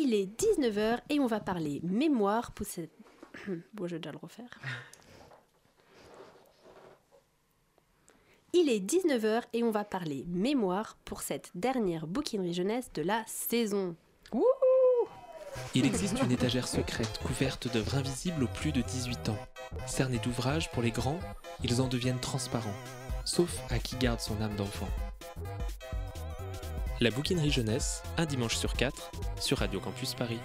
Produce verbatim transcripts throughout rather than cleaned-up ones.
Il est dix-neuf heures et on va parler mémoire pour cette... Bon, je vais déjà le refaire. Il est dix-neuf heures et on va parler mémoire pour cette dernière bouquinerie jeunesse de la saison. Wouhou! Il existe une étagère secrète couverte d'œuvres invisibles aux plus de dix-huit ans. Cernés d'ouvrages pour les grands, ils en deviennent transparents, sauf à qui garde son âme d'enfant. La bouquinerie jeunesse, un dimanche sur quatre, sur Radio Campus Paris.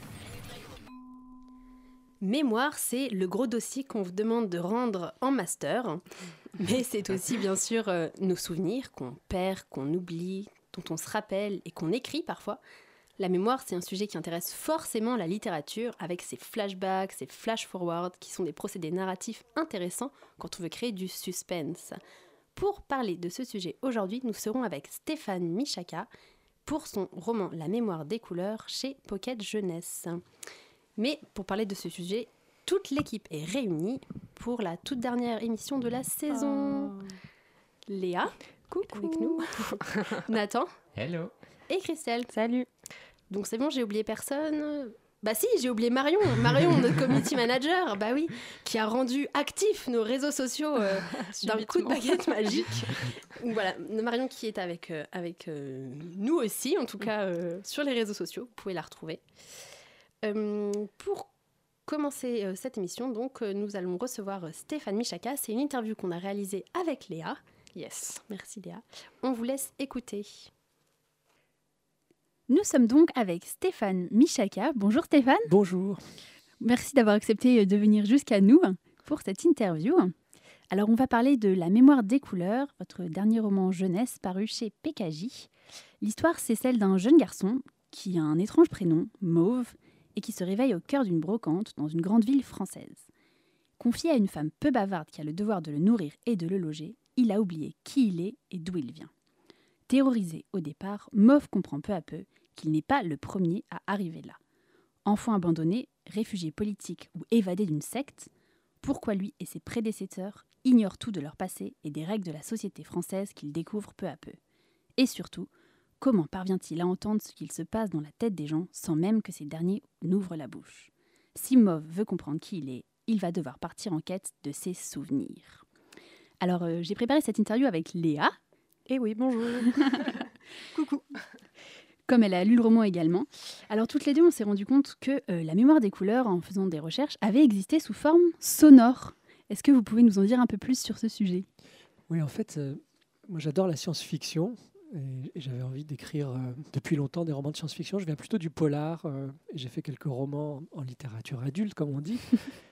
Mémoire, c'est le gros dossier qu'on vous demande de rendre en master, mais c'est aussi bien sûr euh, nos souvenirs qu'on perd, qu'on oublie, dont on se rappelle et qu'on écrit parfois. La mémoire, c'est un sujet qui intéresse forcément la littérature avec ses flashbacks, ses flash-forwards, qui sont des procédés narratifs intéressants quand on veut créer du suspense. Pour parler de ce sujet aujourd'hui, nous serons avec Stéphane Michaka pour son roman La mémoire des couleurs chez Pocket Jeunesse. Mais pour parler de ce sujet, toute l'équipe est réunie pour la toute dernière émission de la saison. Oh. Léa, coucou avec nous, Nathan, hello, et Christelle. Salut. Donc c'est bon, j'ai oublié personne. Bah si, j'ai oublié Marion, Marion, notre community manager, bah oui, qui a rendu actifs nos réseaux sociaux euh, d'un coup de baguette magique. Voilà, Marion qui est avec, euh, avec euh, nous aussi, en tout cas euh, sur les réseaux sociaux, vous pouvez la retrouver. Euh, pour commencer euh, cette émission, donc, euh, nous allons recevoir euh, Stéphane Michaka. C'est une interview qu'on a réalisée avec Léa. Yes, merci Léa. On vous laisse écouter. Nous sommes donc avec Stéphane Michaka. Bonjour Stéphane. Bonjour. Merci d'avoir accepté de venir jusqu'à nous pour cette interview. Alors on va parler de La mémoire des couleurs, votre dernier roman jeunesse paru chez P K J. L'histoire, c'est celle d'un jeune garçon qui a un étrange prénom, Mauve, et qui se réveille au cœur d'une brocante dans une grande ville française. Confié à une femme peu bavarde qui a le devoir de le nourrir et de le loger, il a oublié qui il est et d'où il vient. Terrorisé au départ, Mauve comprend peu à peu qu'il n'est pas le premier à arriver là. Enfant abandonné, réfugié politique ou évadé d'une secte, pourquoi lui et ses prédécesseurs ignorent tout de leur passé et des règles de la société française qu'il découvre peu à peu. Et surtout, comment parvient-il à entendre ce qu'il se passe dans la tête des gens sans même que ces derniers n'ouvrent la bouche? Si Mauve veut comprendre qui il est, il va devoir partir en quête de ses souvenirs. Alors, euh, j'ai préparé cette interview avec Léa. Eh oui, bonjour. Coucou. Comme elle a lu le roman également. Alors, toutes les deux, on s'est rendu compte que euh, La mémoire des couleurs, en faisant des recherches, avait existé sous forme sonore. Est-ce que vous pouvez nous en dire un peu plus sur ce sujet? Oui, en fait, euh, moi j'adore la science-fiction. Et, et j'avais envie d'écrire euh, depuis longtemps des romans de science-fiction. Je viens plutôt du polar. Euh, et j'ai fait quelques romans en, en littérature adulte, comme on dit.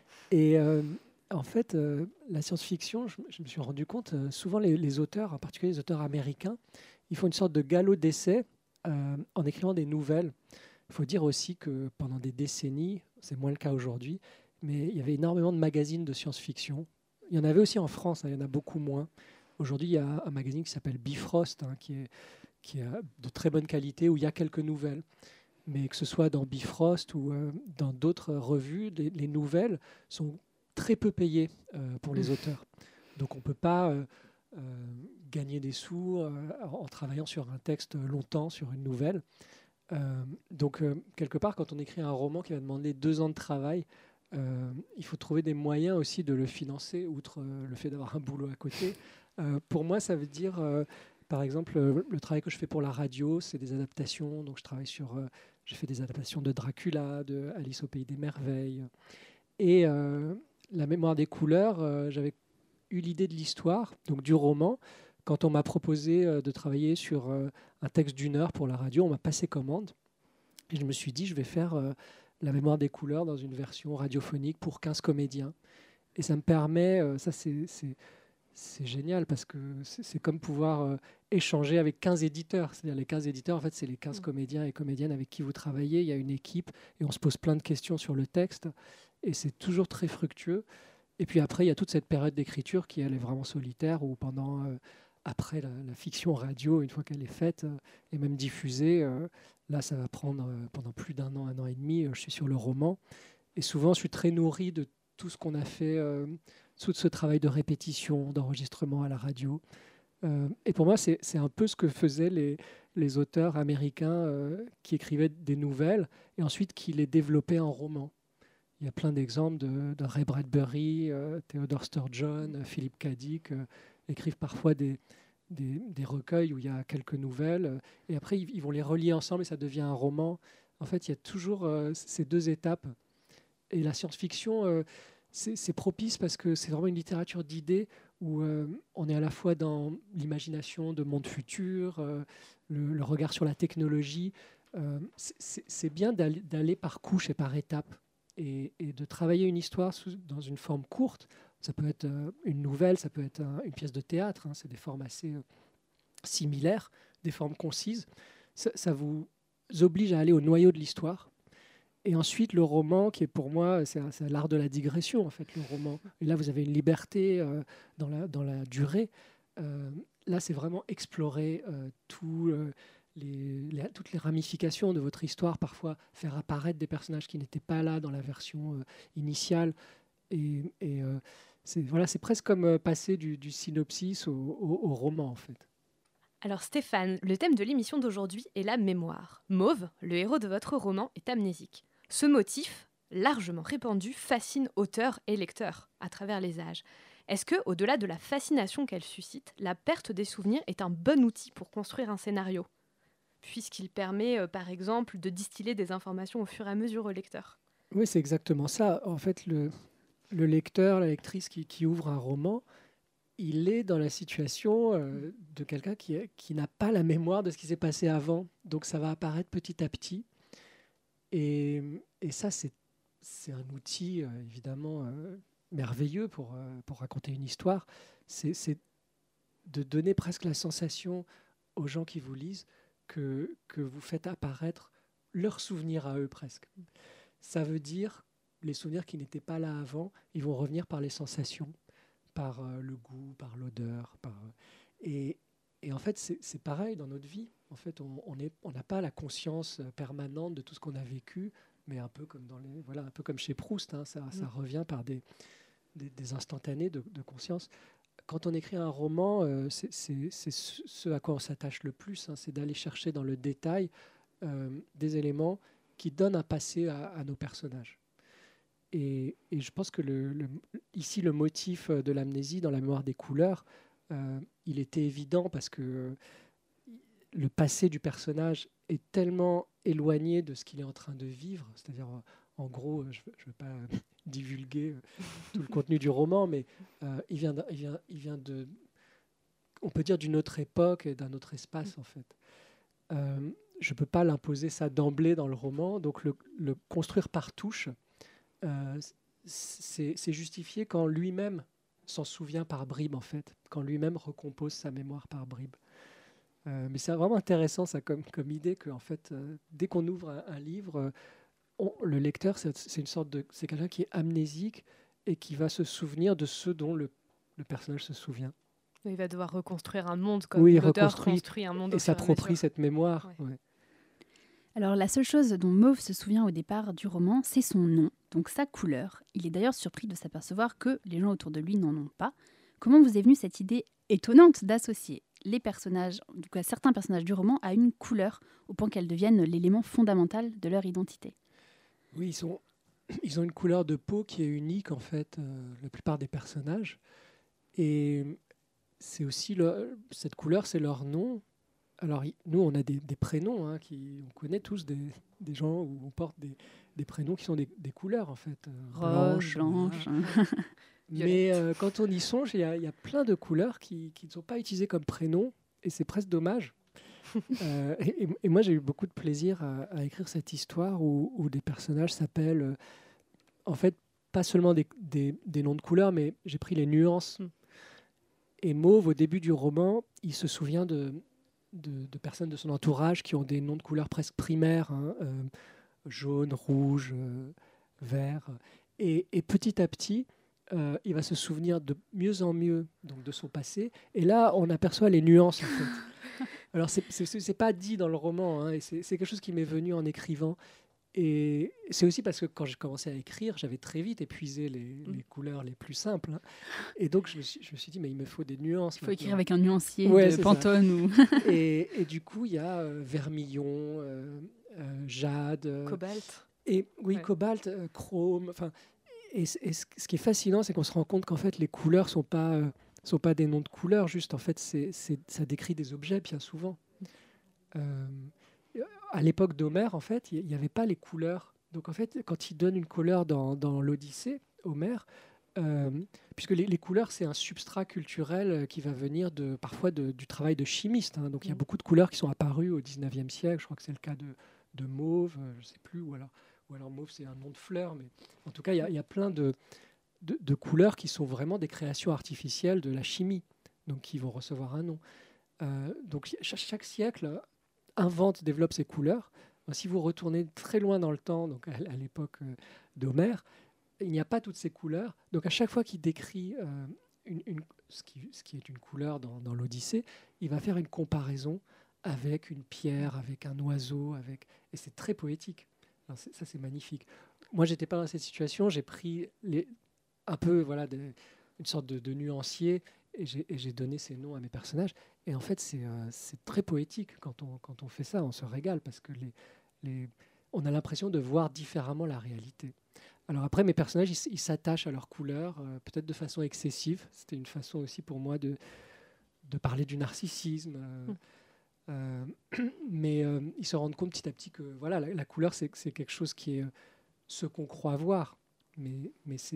et euh, en fait, euh, la science-fiction, je, je me suis rendu compte, euh, souvent les, les auteurs, en particulier les auteurs américains, ils font une sorte de galop d'essai euh, en écrivant des nouvelles. Il faut dire aussi que pendant des décennies, c'est moins le cas aujourd'hui, mais il y avait énormément de magazines de science-fiction. Il y en avait aussi en France, hein, il y en a beaucoup moins. Aujourd'hui, il y a un magazine qui s'appelle Bifrost, hein, qui est, qui est de très bonne qualité, où il y a quelques nouvelles. Mais que ce soit dans Bifrost ou euh, dans d'autres revues, les, les nouvelles sont très peu payées euh, pour les auteurs. Donc on ne peut pas euh, euh, gagner des sous euh, en travaillant sur un texte longtemps, sur une nouvelle. Euh, donc euh, quelque part, quand on écrit un roman qui va demander deux ans de travail, euh, il faut trouver des moyens aussi de le financer, outre euh, le fait d'avoir un boulot à côté. Euh, pour moi, ça veut dire, euh, par exemple, euh, le travail que je fais pour la radio, c'est des adaptations. Donc, je travaille sur, euh, j'ai fait des adaptations de Dracula, de Alice au pays des merveilles. Et euh, La mémoire des couleurs, euh, j'avais eu l'idée de l'histoire, donc du roman. Quand on m'a proposé euh, de travailler sur euh, un texte d'une heure pour la radio, on m'a passé commande. Et je me suis dit, je vais faire euh, La mémoire des couleurs dans une version radiophonique pour quinze comédiens. Et ça me permet, euh, ça c'est... c'est C'est génial parce que c'est, c'est comme pouvoir euh, échanger avec quinze éditeurs. C'est-à-dire les quinze éditeurs, en fait, c'est les quinze mmh. comédiens et comédiennes avec qui vous travaillez. Il y a une équipe et on se pose plein de questions sur le texte. Et c'est toujours très fructueux. Et puis après, il y a toute cette période d'écriture qui, elle, est vraiment solitaire où pendant, euh, après la, la fiction radio, une fois qu'elle est faite euh, et même diffusée, euh, là, ça va prendre euh, pendant plus d'un an, un an et demi. Euh, je suis sur le roman. Et souvent, je suis très nourri de tout ce qu'on a fait... Euh, tout ce travail de répétition, d'enregistrement à la radio. Euh, et pour moi, c'est, c'est un peu ce que faisaient les, les auteurs américains euh, qui écrivaient des nouvelles et ensuite qui les développaient en romans. Il y a plein d'exemples de, de Ray Bradbury, euh, Theodore Sturgeon, euh, Philip K. Dick euh, écrivent parfois des, des, des recueils où il y a quelques nouvelles euh, et après ils, ils vont les relier ensemble et ça devient un roman. En fait, il y a toujours euh, ces deux étapes. Et la science-fiction, euh, c'est, c'est propice parce que c'est vraiment une littérature d'idées où euh, on est à la fois dans l'imagination de monde futur, euh, le, le regard sur la technologie. Euh, c'est, c'est bien d'aller, d'aller par couches et par étapes et, et de travailler une histoire sous, dans une forme courte. Ça peut être euh, une nouvelle, ça peut être un, une pièce de théâtre. Hein, c'est des formes assez euh, similaires, des formes concises. Ça, ça vous oblige à aller au noyau de l'histoire. Et ensuite, le roman, qui est pour moi, c'est, c'est l'art de la digression, en fait, le roman. Et là, vous avez une liberté euh, dans, la, dans la durée. Euh, là, c'est vraiment explorer euh, tout, euh, les, les, toutes les ramifications de votre histoire, parfois faire apparaître des personnages qui n'étaient pas là dans la version euh, initiale. Et, et euh, c'est, voilà, c'est presque comme euh, passer du, du synopsis au, au, au roman, en fait. Alors Stéphane, le thème de l'émission d'aujourd'hui est la mémoire. Mauve, le héros de votre roman, est amnésique. Ce motif, largement répandu, fascine auteurs et lecteurs à travers les âges. Est-ce que, au-delà de la fascination qu'elle suscite, la perte des souvenirs est un bon outil pour construire un scénario, puisqu'il permet, euh, par exemple, de distiller des informations au fur et à mesure au lecteur? Oui, c'est exactement ça. En fait, le, le lecteur, la lectrice qui, qui ouvre un roman, il est dans la situation euh, de quelqu'un qui, est, qui n'a pas la mémoire de ce qui s'est passé avant. Donc ça va apparaître petit à petit. Et, et ça, c'est, c'est un outil, euh, évidemment, euh, merveilleux pour, euh, pour raconter une histoire. C'est, c'est de donner presque la sensation aux gens qui vous lisent que, que vous faites apparaître leurs souvenirs à eux, presque. Ça veut dire, les souvenirs qui n'étaient pas là avant, ils vont revenir par les sensations, par euh, le goût, par l'odeur. Par, euh, et, et en fait, c'est, c'est pareil dans notre vie. En fait, on on est, on n'a pas la conscience permanente de tout ce qu'on a vécu, mais un peu comme, dans les, voilà, un peu comme chez Proust, hein, ça, mmh. ça revient par des, des, des instantanés de, de conscience. Quand on écrit un roman, euh, c'est, c'est, c'est ce à quoi on s'attache le plus, hein, c'est d'aller chercher dans le détail euh, des éléments qui donnent un passé à, à nos personnages. Et, et je pense que le, le, ici, le motif de l'amnésie dans la mémoire des couleurs, euh, il était évident parce que le passé du personnage est tellement éloigné de ce qu'il est en train de vivre. C'est-à-dire, en gros, je ne veux pas divulguer tout le contenu du roman, mais euh, il, vient de, il, vient, il vient de, on peut dire, d'une autre époque et d'un autre espace, en fait. Euh, je ne peux pas l'imposer ça d'emblée dans le roman, donc le, le construire par touche, Euh, c'est, c'est justifié quand lui-même s'en souvient par bribes, en fait, quand lui-même recompose sa mémoire par bribes. Euh, mais c'est vraiment intéressant ça comme, comme idée que en fait, euh, dès qu'on ouvre un, un livre, on, le lecteur, c'est, c'est une sorte de, c'est quelqu'un qui est amnésique et qui va se souvenir de ce dont le, le personnage se souvient. Il va devoir reconstruire un monde comme oui, l'auteur construit un monde et s'approprie cette mémoire. Ouais. Ouais. Alors la seule chose dont Mauve se souvient au départ du roman, c'est son nom, donc sa couleur. Il est d'ailleurs surpris de s'apercevoir que les gens autour de lui n'en ont pas. Comment vous est venue cette idée étonnante d'associer les personnages, en tout cas certains personnages du roman, à une couleur, au point qu'elles deviennent l'élément fondamental de leur identité? Oui, ils, sont, ils ont une couleur de peau qui est unique en fait, euh, la plupart des personnages. Et c'est aussi le, cette couleur, c'est leur nom. Alors, nous, on a des, des prénoms, hein, qui, on connaît tous des, des gens où on porte des, des prénoms qui sont des, des couleurs, en fait. Euh, Rose, blanche. Voilà. Mais euh, quand on y songe, il y, y a plein de couleurs qui, qui ne sont pas utilisées comme prénoms, et c'est presque dommage. euh, et, et moi, j'ai eu beaucoup de plaisir à, à écrire cette histoire où, où des personnages s'appellent, euh, en fait, pas seulement des, des, des noms de couleurs, mais j'ai pris les nuances. Mm. Et Mauve, au début du roman, il se souvient de... De, de personnes de son entourage qui ont des noms de couleurs presque primaires, hein, euh, jaune, rouge, euh, vert. Et, et petit à petit, euh, il va se souvenir de mieux en mieux donc, de son passé. Et là, on aperçoit les nuances, en fait. Alors, c'est, c'est, c'est pas dit dans le roman, hein, et c'est, c'est quelque chose qui m'est venu en écrivant. Et c'est aussi parce que quand j'ai commencé à écrire, j'avais très vite épuisé les, Mm. les couleurs les plus simples. hein. Et donc, je me, suis, je me suis dit, mais il me faut des nuances. Il faut maintenant. écrire avec un nuancier Ouais, de c'est ça. Pantone. Ou... Et, et du coup, il y a euh, vermillon, euh, euh, jade. euh, Cobalt. et oui, Ouais. cobalt, euh, chrome. Enfin, et, c- et ce ce qui est fascinant, c'est qu'on se rend compte qu'en fait, les couleurs sont pas euh, sont pas des noms de couleurs. Juste, en fait, c'est, c'est, ça décrit des objets bien souvent. Euh, à l'époque d'Homère, en fait, il n'y avait pas les couleurs. Donc, en fait, quand il donne une couleur dans, dans l'Odyssée, Homère, euh, puisque les, les couleurs, c'est un substrat culturel euh, qui va venir de, parfois de- du travail de chimiste. hein. Donc, il y a Mm. beaucoup de couleurs qui sont apparues au dix-neuvième siècle. Je crois que c'est le cas de, de mauve, euh, je ne sais plus, ou alors, ou alors mauve, c'est un nom de fleur. Mais en tout cas, il y a, il y a plein de, de, de couleurs qui sont vraiment des créations artificielles de la chimie, donc qui vont recevoir un nom. Euh, donc, chaque, chaque siècle invente, développe ses couleurs. Ben, si vous retournez très loin dans le temps, donc à, à l'époque euh, d'Homère, il n'y a pas toutes ces couleurs. Donc à chaque fois qu'il décrit euh, une, une- ce, qui, ce qui est une couleur dans, dans l'Odyssée, il va faire une comparaison avec une pierre, avec un oiseau, avec... et c'est très poétique. Alors, c'est- ça, c'est magnifique. Moi, j'étais pas dans cette situation. J'ai pris les, un peu, voilà, des- une sorte de, de nuancier et j'ai, et j'ai donné ces noms à mes personnages. Et en fait, c'est, euh, c'est très poétique quand on, quand on fait ça. On se régale parce que les, les, on a l'impression de voir différemment la réalité. Alors après, mes personnages, ils, s- ils s'attachent à leurs couleurs, euh, peut-être de façon excessive. C'était une façon aussi pour moi de, de parler du narcissisme. euh, Mm. euh, mais euh, ils se rendent compte petit à petit que voilà, la, la couleur, c'est, c'est quelque chose qui est euh, ce qu'on croit voir. Mais, mais c'est,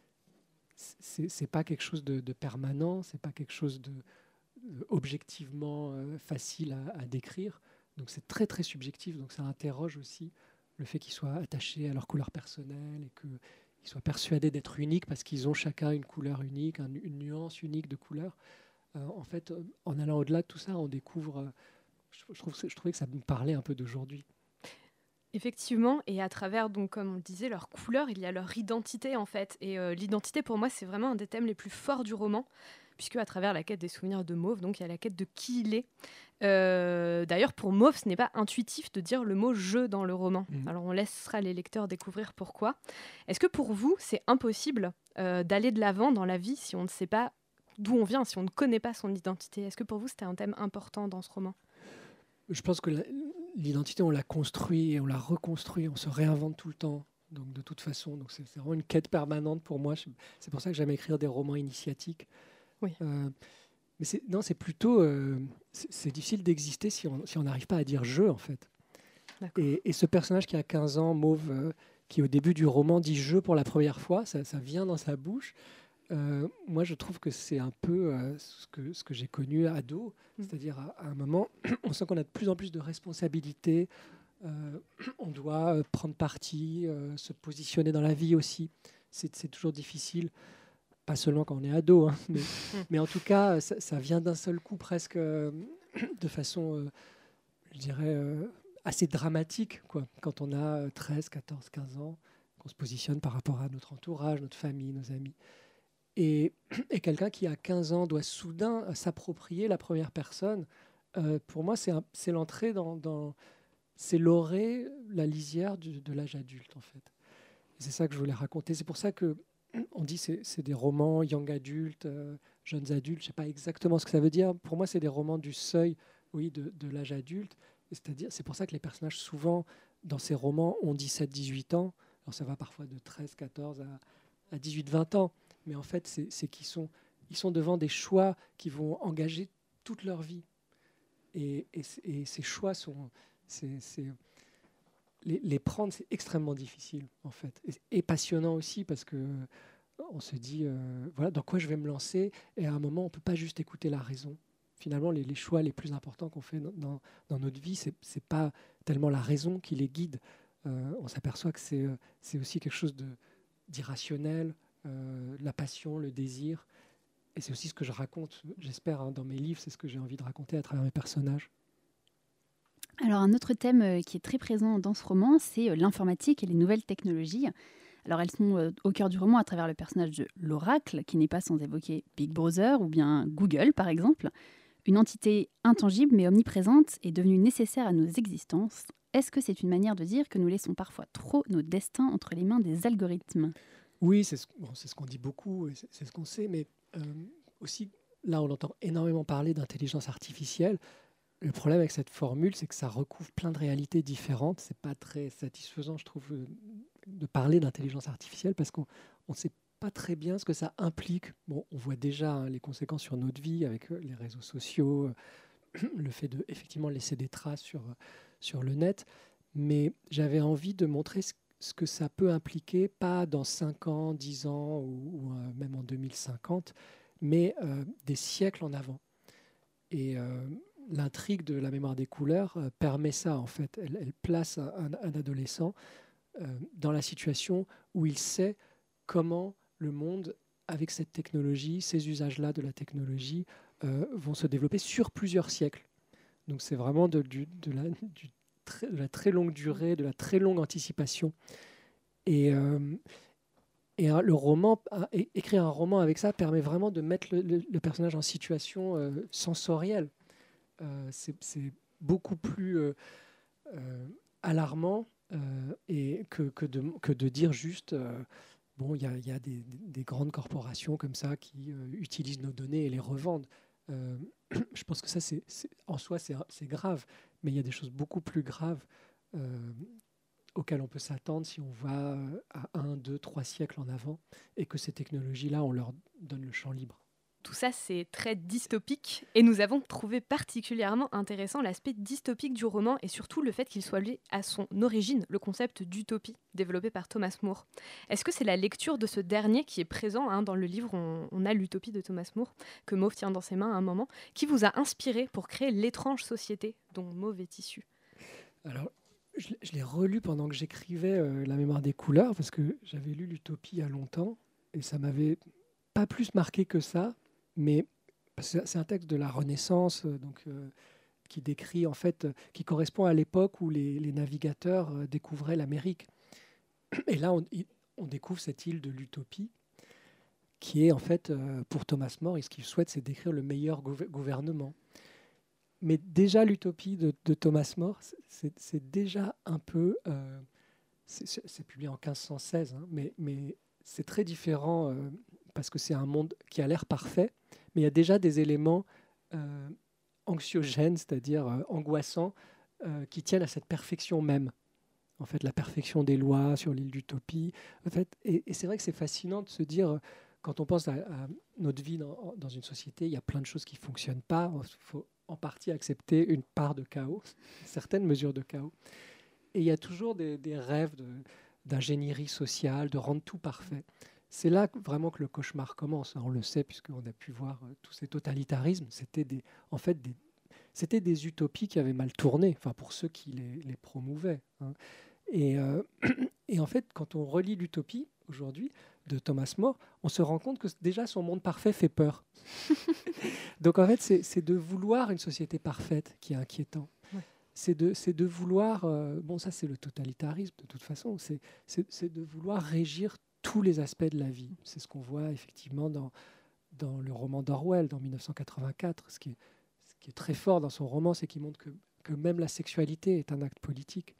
c'est, c'est pas quelque chose de, de permanent, c'est pas quelque chose de euh, objectivement euh, facile à, à décrire. Donc c'est très très subjectif. Donc ça interroge aussi le fait qu'ils soient attachés à leur couleur personnelle et qu'ils soient persuadés d'être uniques parce qu'ils ont chacun une couleur unique, un- une nuance unique de couleur. Euh, en fait, euh, en allant au-delà de tout ça, on découvre. euh, je, je trouve, que c'est- je trouvais que ça me parlait un peu d'aujourd'hui. Effectivement, et à travers, donc, comme on le disait, leur couleur, il y a leur identité en fait. Et euh, l'identité, pour moi, c'est vraiment un des thèmes les plus forts du roman, puisque à travers la quête des souvenirs de Mauve, donc il y a la quête de qui il est. Euh, D'ailleurs, pour Mauve, ce n'est pas intuitif de dire le mot je dans le roman. Mhm. Alors on laissera les lecteurs découvrir pourquoi. Est-ce que pour vous, c'est impossible euh, d'aller de l'avant dans la vie si on ne sait pas d'où on vient, si on ne connaît pas son identité? Est-ce que pour vous, c'était un thème important dans ce roman? Je pense que la- l'identité, on la construit et on la reconstruit, on se réinvente tout le temps. Donc de toute façon, donc c'est c'est vraiment une quête permanente pour moi. Je- C'est pour ça que j'aime écrire des romans initiatiques. Oui. Euh, mais c'est, non, c'est plutôt, euh, c'est c'est difficile d'exister si on si on n'arrive pas à dire je en fait. D'accord. Et, et ce personnage qui a quinze ans, Mauve, euh, qui au début du roman dit je pour la première fois, ça, ça vient dans sa bouche. Euh, moi, je trouve que c'est un peu euh, ce que, ce que j'ai connu ado, Mm. c'est-à-dire à, à un moment, on sent qu'on a de plus en plus de responsabilités, euh, on doit euh, prendre parti, euh, se positionner dans la vie aussi. C'est, c'est toujours difficile, pas seulement quand on est ado, hein, mais, mais en tout cas, ça, ça vient d'un seul coup presque euh, de façon, euh, je dirais, euh, assez dramatique, quoi, quand on a euh, treize, quatorze, quinze ans, qu'on se positionne par rapport à notre entourage, notre famille, nos amis. Et, et quelqu'un qui a quinze ans doit soudain euh, s'approprier la première personne. Euh, pour moi, c'est, un- c'est l'entrée dans, dans- c'est l'orée, la lisière du- de l'âge adulte, en fait. Et c'est ça que je voulais raconter. C'est pour ça que on dit c'est, c'est des romans young adultes, euh, jeunes adultes. Je sais pas exactement ce que ça veut dire. Pour moi, c'est des romans du seuil, oui, de, de l'âge adulte. Et c'est-à-dire, c'est pour ça que les personnages, souvent, dans ces romans, ont dix-sept, dix-huit ans. Alors, ça va parfois de treize, quatorze à, à dix-huit, vingt ans. Mais en fait, c'est, c'est qu'ils sont, ils sont devant des choix qui vont engager toute leur vie. Et, et, c- et ces choix sont... C'est, c'est, les, les prendre, c'est extrêmement difficile, en fait. Et, et passionnant aussi, parce que on se dit, euh, voilà, dans quoi je vais me lancer. Et à un moment, on ne peut pas juste écouter la raison. Finalement, les, les choix les plus importants qu'on fait dans, dans, dans notre vie, ce n'est pas tellement la raison qui les guide. Euh, on s'aperçoit que c'est, euh, c'est aussi quelque chose de, d'irrationnel, euh, la passion, le désir. Et c'est aussi ce que je raconte, j'espère, hein, dans mes livres, c'est ce que j'ai envie de raconter à travers mes personnages. Alors un autre thème euh, qui est très présent dans ce roman, c'est euh, l'informatique et les nouvelles technologies. Alors elles sont euh, au cœur du roman à travers le personnage de l'Oracle, qui n'est pas sans évoquer Big Brother ou bien Google par exemple. Une entité intangible mais omniprésente est devenue nécessaire à nos existences, est-ce que c'est une manière de dire que nous laissons parfois trop nos destins entre les mains des algorithmes ? Oui, c'est ce, bon, c'est ce qu'on dit beaucoup, et c'est, c'est ce qu'on sait, mais euh, aussi, là, on entend énormément parler d'intelligence artificielle. Le problème avec cette formule, c'est que ça recouvre plein de réalités différentes. C'est pas très satisfaisant, je trouve, de parler d'intelligence artificielle parce qu'on ne sait pas très bien ce que ça implique. Bon, on voit déjà hein, les conséquences sur notre vie avec les réseaux sociaux, le fait de effectivement laisser des traces sur, sur le net. Mais j'avais envie de montrer ce, ce que ça peut impliquer, pas dans cinq ans, dix ans ou, ou euh, même en deux mille cinquante, mais euh, des siècles en avant. Et euh, l'intrigue de La mémoire des couleurs euh, permet ça, en fait. Elle, elle place un, un, un adolescent euh, dans la situation où il sait comment le monde, avec cette technologie, ces usages-là de la technologie, euh, vont se développer sur plusieurs siècles. Donc c'est vraiment de, du, de, la, du très, de la très longue durée, de la très longue anticipation. Et, euh, et le roman, écrire un roman avec ça permet vraiment de mettre le, le, le personnage en situation euh, sensorielle. Euh, c'est, c'est beaucoup plus euh, euh, alarmant euh, et que, que, de, que de dire juste euh, bon, il y a, y a des, des grandes corporations comme ça qui euh, utilisent nos données et les revendent. Euh, je pense que ça, c'est, c'est, en soi, c'est, c'est grave, mais il y a des choses beaucoup plus graves euh, auxquelles on peut s'attendre si on va à un, deux, trois siècles en avant et que ces technologies-là, on leur donne le champ libre. Tout ça, c'est très dystopique et nous avons trouvé particulièrement intéressant l'aspect dystopique du roman et surtout le fait qu'il soit lié à son origine, le concept d'utopie développé par Thomas More. Est-ce que c'est la lecture de ce dernier qui est présent hein, dans le livre, on, on a l'utopie de Thomas More, que Mauve tient dans ses mains à un moment, qui vous a inspiré pour créer l'étrange société dont Mauve est issu ? Alors, je, je l'ai relu pendant que j'écrivais euh, La mémoire des couleurs parce que j'avais lu l'utopie il y a longtemps et ça m'avait pas plus marqué que ça. Mais c'est un texte de la Renaissance, donc, euh, qui décrit, en fait, euh, qui correspond à l'époque où les, les navigateurs euh, découvraient l'Amérique. Et là, on, on découvre cette île de l'utopie, qui est, en fait, euh, pour Thomas More, et ce qu'il souhaite, c'est décrire le meilleur gouver- gouvernement. Mais déjà, l'utopie de, de Thomas More, c'est, c'est déjà un peu... Euh, c'est, c'est publié en quinze cent seize, hein, mais, mais c'est très différent... Euh, parce que c'est un monde qui a l'air parfait, mais il y a déjà des éléments euh, anxiogènes, c'est-à-dire euh, angoissants, euh, qui tiennent à cette perfection même. En fait, la perfection des lois sur l'île d'Utopie. En fait, et, et c'est vrai que c'est fascinant de se dire, quand on pense à, à notre vie dans, dans une société, il y a plein de choses qui ne fonctionnent pas. Il faut en partie accepter une part de chaos, certaines mesures de chaos. Et il y a toujours des, des rêves de, d'ingénierie sociale, de rendre tout parfait. C'est là vraiment que le cauchemar commence. On le sait puisqu'on a pu voir euh, tous ces totalitarismes. C'était des, en fait des, c'était des utopies qui avaient mal tourné, enfin pour ceux qui les, les promouvaient. Hein. Et, euh, et en fait, quand on relit l'utopie aujourd'hui de Thomas More, on se rend compte que déjà son monde parfait fait peur. Donc en fait, c'est, c'est de vouloir une société parfaite qui est inquiétant. Ouais. C'est de, c'est de vouloir, euh, bon ça c'est le totalitarisme de toute façon, c'est, c'est, c'est de vouloir régir tous les aspects de la vie. C'est ce qu'on voit effectivement dans, dans le roman d'Orwell, dans mille neuf cent quatre-vingt-quatre. Ce qui est, ce qui est très fort dans son roman, c'est qu'il montre que, que même la sexualité est un acte politique.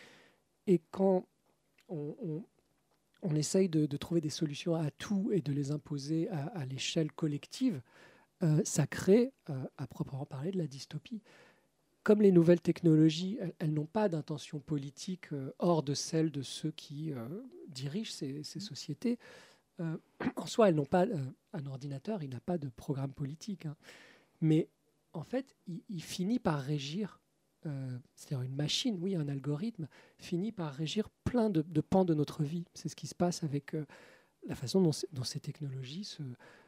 Et quand on, on, on essaye de, de trouver des solutions à tout et de les imposer à, à l'échelle collective, euh, ça crée, euh, à proprement parler, de la dystopie. Comme les nouvelles technologies, elles, elles n'ont pas d'intention politique euh, hors de celle de ceux qui euh, dirigent ces, ces sociétés. Euh, en soi, elles n'ont pas euh, un ordinateur, il n'a pas de programme politique. Hein. Mais en fait, il, il finit par régir, euh, c'est-à-dire une machine, oui, un algorithme, finit par régir plein de, de pans de notre vie. C'est ce qui se passe avec euh, la façon dont, dont ces technologies se,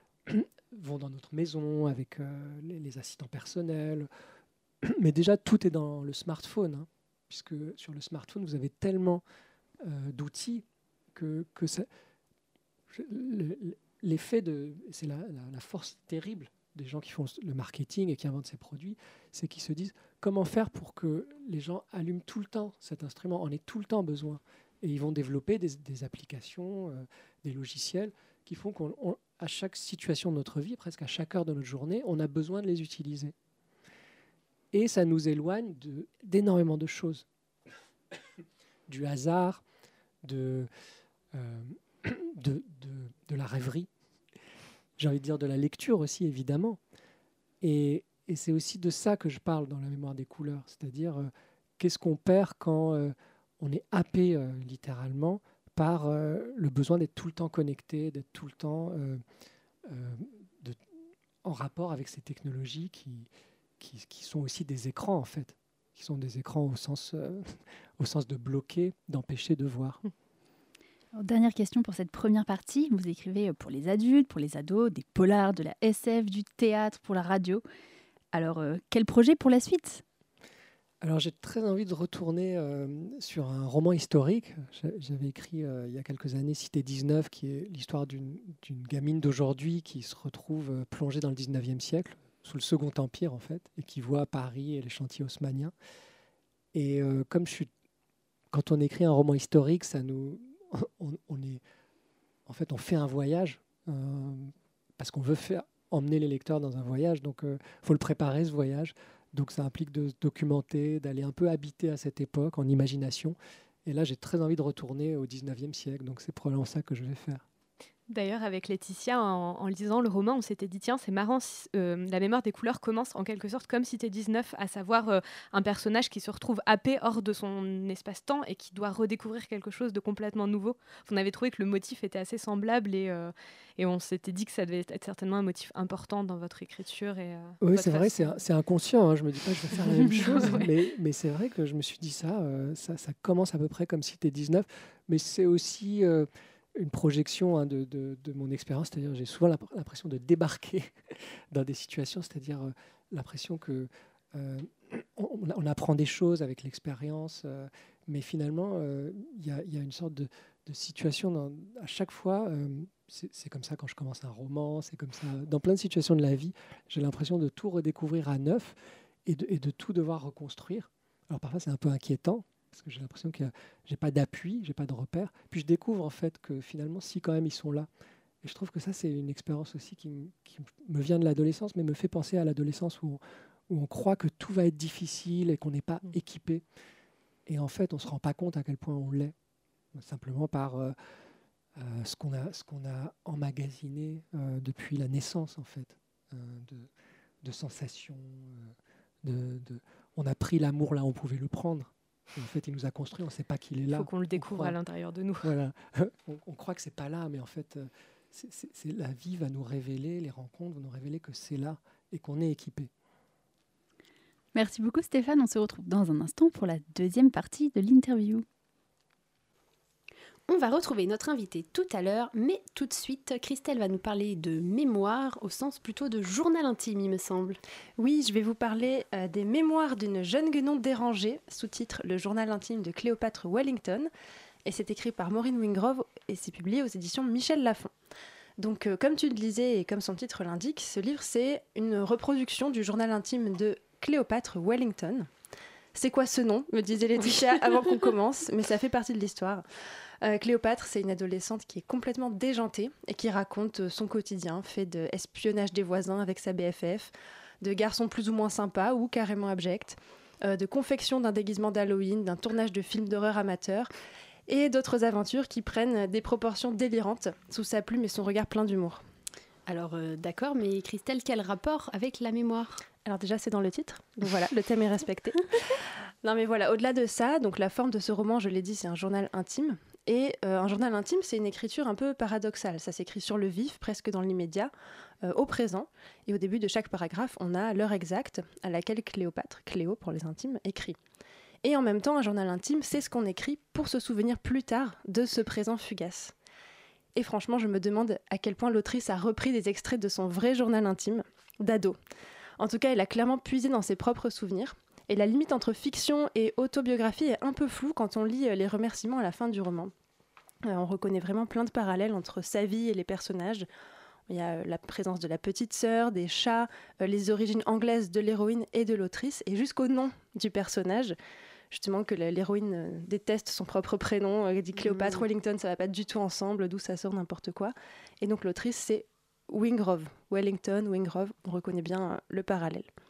vont dans notre maison, avec euh, les, les assistants personnels. Mais déjà, tout est dans le smartphone, hein, puisque sur le smartphone, vous avez tellement euh, d'outils que, que ça, le, l'effet de... C'est la, la, la force terrible des gens qui font le marketing et qui inventent ces produits, c'est qu'ils se disent comment faire pour que les gens allument tout le temps cet instrument, en aient tout le temps besoin. Et ils vont développer des, des applications, euh, des logiciels qui font qu'à chaque situation de notre vie, presque à chaque heure de notre journée, on a besoin de les utiliser. Et ça nous éloigne de, d'énormément de choses. du hasard, de, euh, de, de, de la rêverie. J'ai envie de dire de la lecture aussi, évidemment. Et, et c'est aussi de ça que je parle dans la mémoire des couleurs, c'est-à-dire euh, qu'est-ce qu'on perd quand euh, on est happé euh, littéralement par euh, le besoin d'être tout le temps connecté, d'être tout le temps euh, euh, de, en rapport avec ces technologies qui, qui, qui sont aussi des écrans, en fait, qui sont des écrans au sens, euh, au sens de bloquer, d'empêcher de voir. Alors, dernière question pour cette première partie. Vous écrivez pour les adultes, pour les ados, des polars, de la S F, du théâtre, pour la radio. Alors, euh, quel projet pour la suite ? Alors j'ai très envie de retourner euh, sur un roman historique. J'avais écrit euh, il y a quelques années Cité dix-neuf, qui est l'histoire d'une, d'une gamine d'aujourd'hui qui se retrouve euh, plongée dans le dix-neuvième siècle, sous le Second Empire en fait, et qui voit Paris et les chantiers haussmanniens. Et euh, comme je suis, quand on écrit un roman historique, ça nous, on, on est, en fait, on fait un voyage euh, parce qu'on veut faire emmener les lecteurs dans un voyage. Donc, il euh, faut le préparer ce voyage. Donc ça implique de se documenter, d'aller un peu habiter à cette époque en imagination. Et là, j'ai très envie de retourner au dix-neuvième siècle. Donc c'est probablement ça que je vais faire. D'ailleurs, avec Laetitia, en, en lisant le roman, on s'était dit, tiens, c'est marrant, euh, la mémoire des couleurs commence en quelque sorte comme Cité dix-neuf, à savoir euh, un personnage qui se retrouve happé hors de son espace-temps et qui doit redécouvrir quelque chose de complètement nouveau. On avait trouvé que le motif était assez semblable et, euh, et on s'était dit que ça devait être certainement un motif important dans votre écriture. Et, euh, oui, votre c'est vrai, c'est, c'est inconscient. Hein. Je me dis pas que je vais faire la même chose, Ouais. mais, mais c'est vrai que je me suis dit ça, euh, ça, ça commence à peu près comme Cité dix-neuf, mais c'est aussi... Euh, une projection hein, de, de, de mon expérience, c'est-à-dire j'ai souvent l'impression de débarquer dans des situations, c'est-à-dire euh, l'impression que euh, on, on apprend des choses avec l'expérience, euh, mais finalement il euh, y, y a une sorte de, de situation dans, à chaque fois. Euh, c'est, c'est comme ça quand je commence un roman, c'est comme ça dans plein de situations de la vie. J'ai l'impression de tout redécouvrir à neuf et de, et de tout devoir reconstruire. Alors parfois c'est un peu inquiétant, parce que j'ai l'impression que j'ai pas d'appui, j'ai pas de repère. Puis je découvre en fait que finalement, si quand même ils sont là. Et je trouve que ça, c'est une expérience aussi qui, m- qui me vient de l'adolescence, mais me fait penser à l'adolescence où on, où on croit que tout va être difficile et qu'on n'est pas équipé. Et en fait, on se rend pas compte à quel point on l'est, simplement par euh, euh, ce qu'on a, ce qu'on a emmagasiné euh, depuis la naissance, en fait, euh, de, de sensations. Euh, de, de... On a pris l'amour là où on pouvait le prendre. Et en fait, il nous a construit, on ne sait pas qu'il est là. Il faut qu'on le découvre croit... à l'intérieur de nous. Voilà. on, on croit que c'est pas là, mais en fait, c'est, c'est, c'est la vie va nous révéler, les rencontres vont nous révéler que c'est là et qu'on est équipé. Merci beaucoup Stéphane, on se retrouve dans un instant pour la deuxième partie de l'interview. On va retrouver notre invité tout à l'heure, mais tout de suite, Christelle va nous parler de mémoire, au sens plutôt de journal intime, il me semble. Oui, je vais vous parler euh, des mémoires d'une jeune guenon dérangée, sous-titre « Le journal intime de Cléopâtre Wellington ». Et c'est écrit par Maureen Wingrove et c'est publié aux éditions Michel Lafon. Donc, euh, comme tu le disais et comme son titre l'indique, ce livre, c'est une reproduction du journal intime de Cléopâtre Wellington. C'est quoi ce nom, me disait Laetitia avant qu'on commence, mais ça fait partie de l'histoire. Euh, Cléopâtre, c'est une adolescente qui est complètement déjantée et qui raconte son quotidien, fait d'espionnage des voisins avec sa B F F, de garçons plus ou moins sympas ou carrément abjects, euh, de confection d'un déguisement d'Halloween, d'un tournage de films d'horreur amateur et d'autres aventures qui prennent des proportions délirantes sous sa plume et son regard plein d'humour. Alors euh, d'accord, mais Christelle, quel rapport avec la mémoire ? Alors déjà, c'est dans le titre, donc voilà, le thème est respecté. Non mais voilà, au-delà de ça, donc la forme de ce roman, je l'ai dit, c'est un journal intime. Et euh, un journal intime, c'est une écriture un peu paradoxale. Ça s'écrit sur le vif, presque dans l'immédiat, euh, au présent. Et au début de chaque paragraphe, on a l'heure exacte à laquelle Cléopâtre, Cléo pour les intimes, écrit. Et en même temps, un journal intime, c'est ce qu'on écrit pour se souvenir plus tard de ce présent fugace. Et franchement, je me demande à quel point l'autrice a repris des extraits de son vrai journal intime, d'ado. En tout cas, elle a clairement puisé dans ses propres souvenirs. Et la limite entre fiction et autobiographie est un peu floue quand on lit les remerciements à la fin du roman. Euh, on reconnaît vraiment plein de parallèles entre sa vie et les personnages. Il y a la présence de la petite sœur, des chats, euh, les origines anglaises de l'héroïne et de l'autrice, et jusqu'au nom du personnage. Justement que l'héroïne euh, déteste son propre prénom, euh, dit Cléopâtre, mmh. Wellington, ça va pas du tout ensemble, d'où ça sort n'importe quoi. Et donc l'autrice, c'est Wingrove, Wellington, Wingrove, on reconnaît bien euh, le parallèle.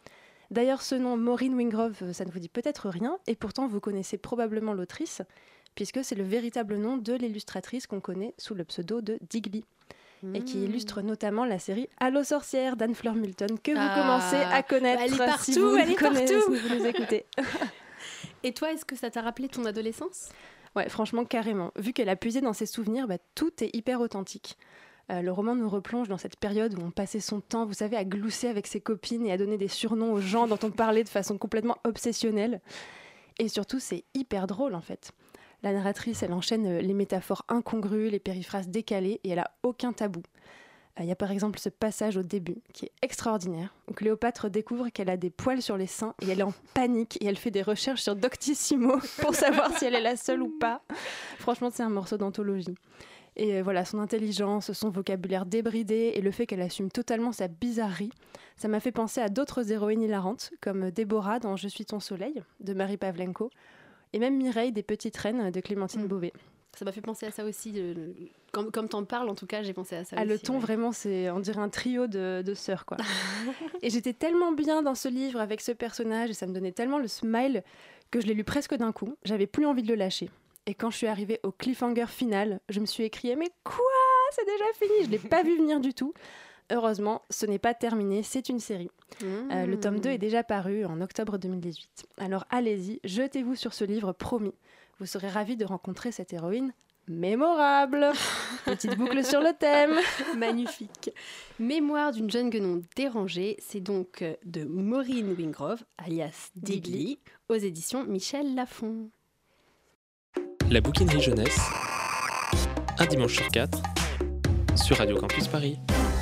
D'ailleurs, ce nom, Maureen Wingrove, ça ne vous dit peut-être rien, et pourtant vous connaissez probablement l'autrice, puisque c'est le véritable nom de l'illustratrice qu'on connaît sous le pseudo de Diggly, mmh. et qui illustre notamment la série Allô sorcière d'Anne Fleur Moulton, que ah, vous commencez à connaître elle est partout, si vous, elle est connaissez, partout. si vous nous écoutez. Et toi, est-ce que ça t'a rappelé ton adolescence ? Ouais, franchement, carrément. Vu qu'elle a puisé dans ses souvenirs, bah, tout est hyper authentique. Euh, le roman nous replonge dans cette période où on passait son temps, vous savez, à glousser avec ses copines et à donner des surnoms aux gens dont on parlait de façon complètement obsessionnelle. Et surtout, c'est hyper drôle, en fait. La narratrice, elle enchaîne les métaphores incongrues, les périphrases décalées, et elle a aucun tabou. Il euh, y a par exemple ce passage au début, qui est extraordinaire, où Cléopâtre découvre qu'elle a des poils sur les seins, et elle est en panique, et elle fait des recherches sur Doctissimo pour savoir si elle est la seule ou pas. Franchement, c'est un morceau d'anthologie. Et euh, voilà, son intelligence, son vocabulaire débridé, et le fait qu'elle assume totalement sa bizarrerie, ça m'a fait penser à d'autres héroïnes hilarantes, comme Déborah dans Je suis ton soleil, de Marie Pavlenko, et même Mireille des Petites Reines, de Clémentine mmh. Beauvais. Ça m'a fait penser à ça aussi. De... Comme, comme t'en parles, en tout cas, j'ai pensé à ça ah, aussi. Le ton, ouais. Vraiment, c'est, on dirait un trio de, de sœurs, quoi. Et j'étais tellement bien dans ce livre avec ce personnage, et ça me donnait tellement le smile que je l'ai lu presque d'un coup. J'avais plus envie de le lâcher. Et quand je suis arrivée au cliffhanger final, je me suis écriée « Mais quoi ? C'est déjà fini !» Je ne l'ai pas vu venir du tout. Heureusement, ce n'est pas terminé, c'est une série. Mmh. Euh, le tome deux est déjà paru en octobre deux mille dix-huit. Alors allez-y, jetez-vous sur ce livre, promis. Vous serez ravis de rencontrer cette héroïne mémorable. Petite boucle sur le thème. Magnifique. Mémoire d'une jeune guenon dérangée, c'est donc de Maureen Wingrove, alias Diggly, aux éditions Michel Lafon. La bouquinerie jeunesse, un dimanche sur quatre, sur Radio Campus Paris.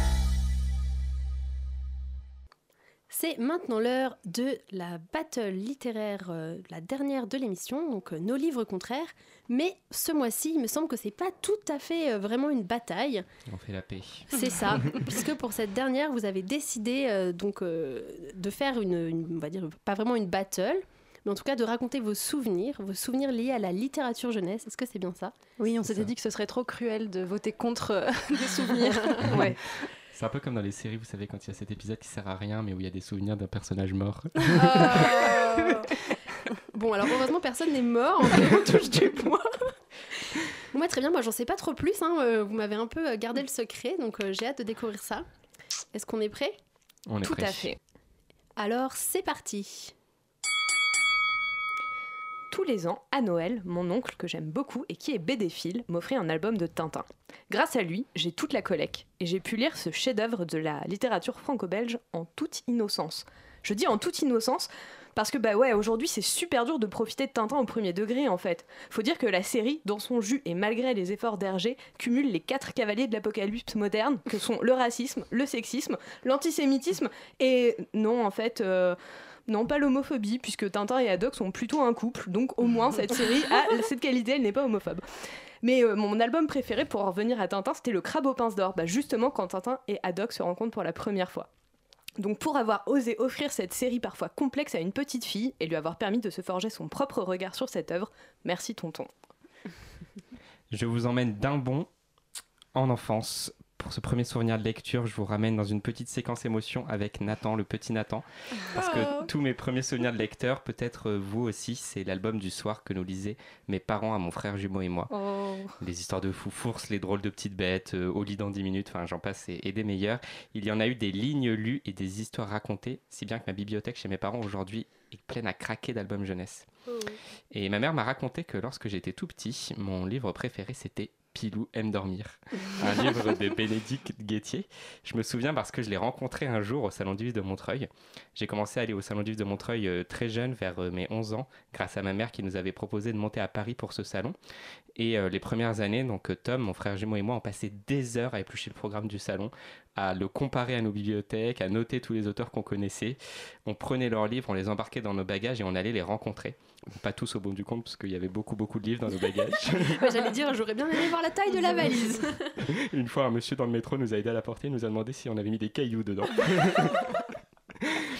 C'est maintenant l'heure de la battle littéraire, euh, la dernière de l'émission, donc euh, nos livres contraires. Mais ce mois-ci, il me semble que c'est pas tout à fait euh, vraiment une bataille. On fait la paix. C'est ça, puisque pour cette dernière, vous avez décidé euh, donc euh, de faire une, une, on va dire, pas vraiment une battle, mais en tout cas de raconter vos souvenirs, vos souvenirs liés à la littérature jeunesse. Est-ce que c'est bien ça ? Oui, on s'était dit que ce serait trop cruel de voter contre euh, des souvenirs. Ouais. C'est un peu comme dans les séries, vous savez, quand il y a cet épisode qui sert à rien, mais où il y a des souvenirs d'un personnage mort. Oh. Bon, alors heureusement, personne n'est mort, on touche du bois. Bon, moi, très bien, moi, j'en sais pas trop plus. Hein. Vous m'avez un peu gardé le secret, donc euh, j'ai hâte de découvrir ça. Est-ce qu'on est prêt ? On est Tout prêt. à fait. Alors, c'est parti. Tous les ans, à Noël, mon oncle, que j'aime beaucoup et qui est bédéphile, m'offrit un album de Tintin. Grâce à lui, j'ai toute la collecte et j'ai pu lire ce chef-d'œuvre de la littérature franco-belge en toute innocence. Je dis en toute innocence parce que bah ouais, aujourd'hui c'est super dur de profiter de Tintin au premier degré en fait. Faut dire que la série, dans son jus et malgré les efforts d'Hergé, cumule les quatre cavaliers de l'apocalypse moderne que sont le racisme, le sexisme, l'antisémitisme et non en fait... Euh, Non, pas l'homophobie, puisque Tintin et Haddock sont plutôt un couple, donc au moins cette série a cette qualité, elle n'est pas homophobe. Mais euh, mon album préféré pour en revenir à Tintin, c'était Le Crabe aux pinces d'or, bah, justement quand Tintin et Haddock se rencontrent pour la première fois. Donc pour avoir osé offrir cette série parfois complexe à une petite fille et lui avoir permis de se forger son propre regard sur cette œuvre, merci tonton. Je vous emmène d'un bond en enfance. Pour ce premier souvenir de lecture, je vous ramène dans une petite séquence émotion avec Nathan, le petit Nathan. Parce que Oh. tous mes premiers souvenirs de lecteur, peut-être vous aussi, c'est l'album du soir que nous lisaient mes parents à mon frère jumeau et moi. Oh. Les histoires de foufours, les drôles de petites bêtes, euh, au lit dans dix minutes, enfin j'en passe et, et des meilleurs. Il y en a eu des lignes lues et des histoires racontées, si bien que ma bibliothèque chez mes parents aujourd'hui est pleine à craquer d'albums jeunesse. Oh. Et ma mère m'a raconté que lorsque j'étais tout petit, mon livre préféré c'était Pilou aime dormir, un livre de Bénédicte Guettier. Je me souviens parce que je l'ai rencontré un jour au Salon du Livre de Montreuil. J'ai commencé à aller au Salon du Livre de Montreuil euh, très jeune, vers euh, mes onze ans, grâce à ma mère qui nous avait proposé de monter à Paris pour ce salon. Et euh, les premières années, donc euh, Tom, mon frère jumeau et moi, on passait des heures à éplucher le programme du salon, à le comparer à nos bibliothèques, à noter tous les auteurs qu'on connaissait. On prenait leurs livres, on les embarquait dans nos bagages et on allait les rencontrer. Pas tous au bout du compte, parce qu'il y avait beaucoup, beaucoup de livres dans nos bagages. Ouais, j'allais dire, j'aurais bien aimé voir la taille de la valise. Une fois, un monsieur dans le métro nous a aidé à la porter, il nous a demandé si on avait mis des cailloux dedans. Et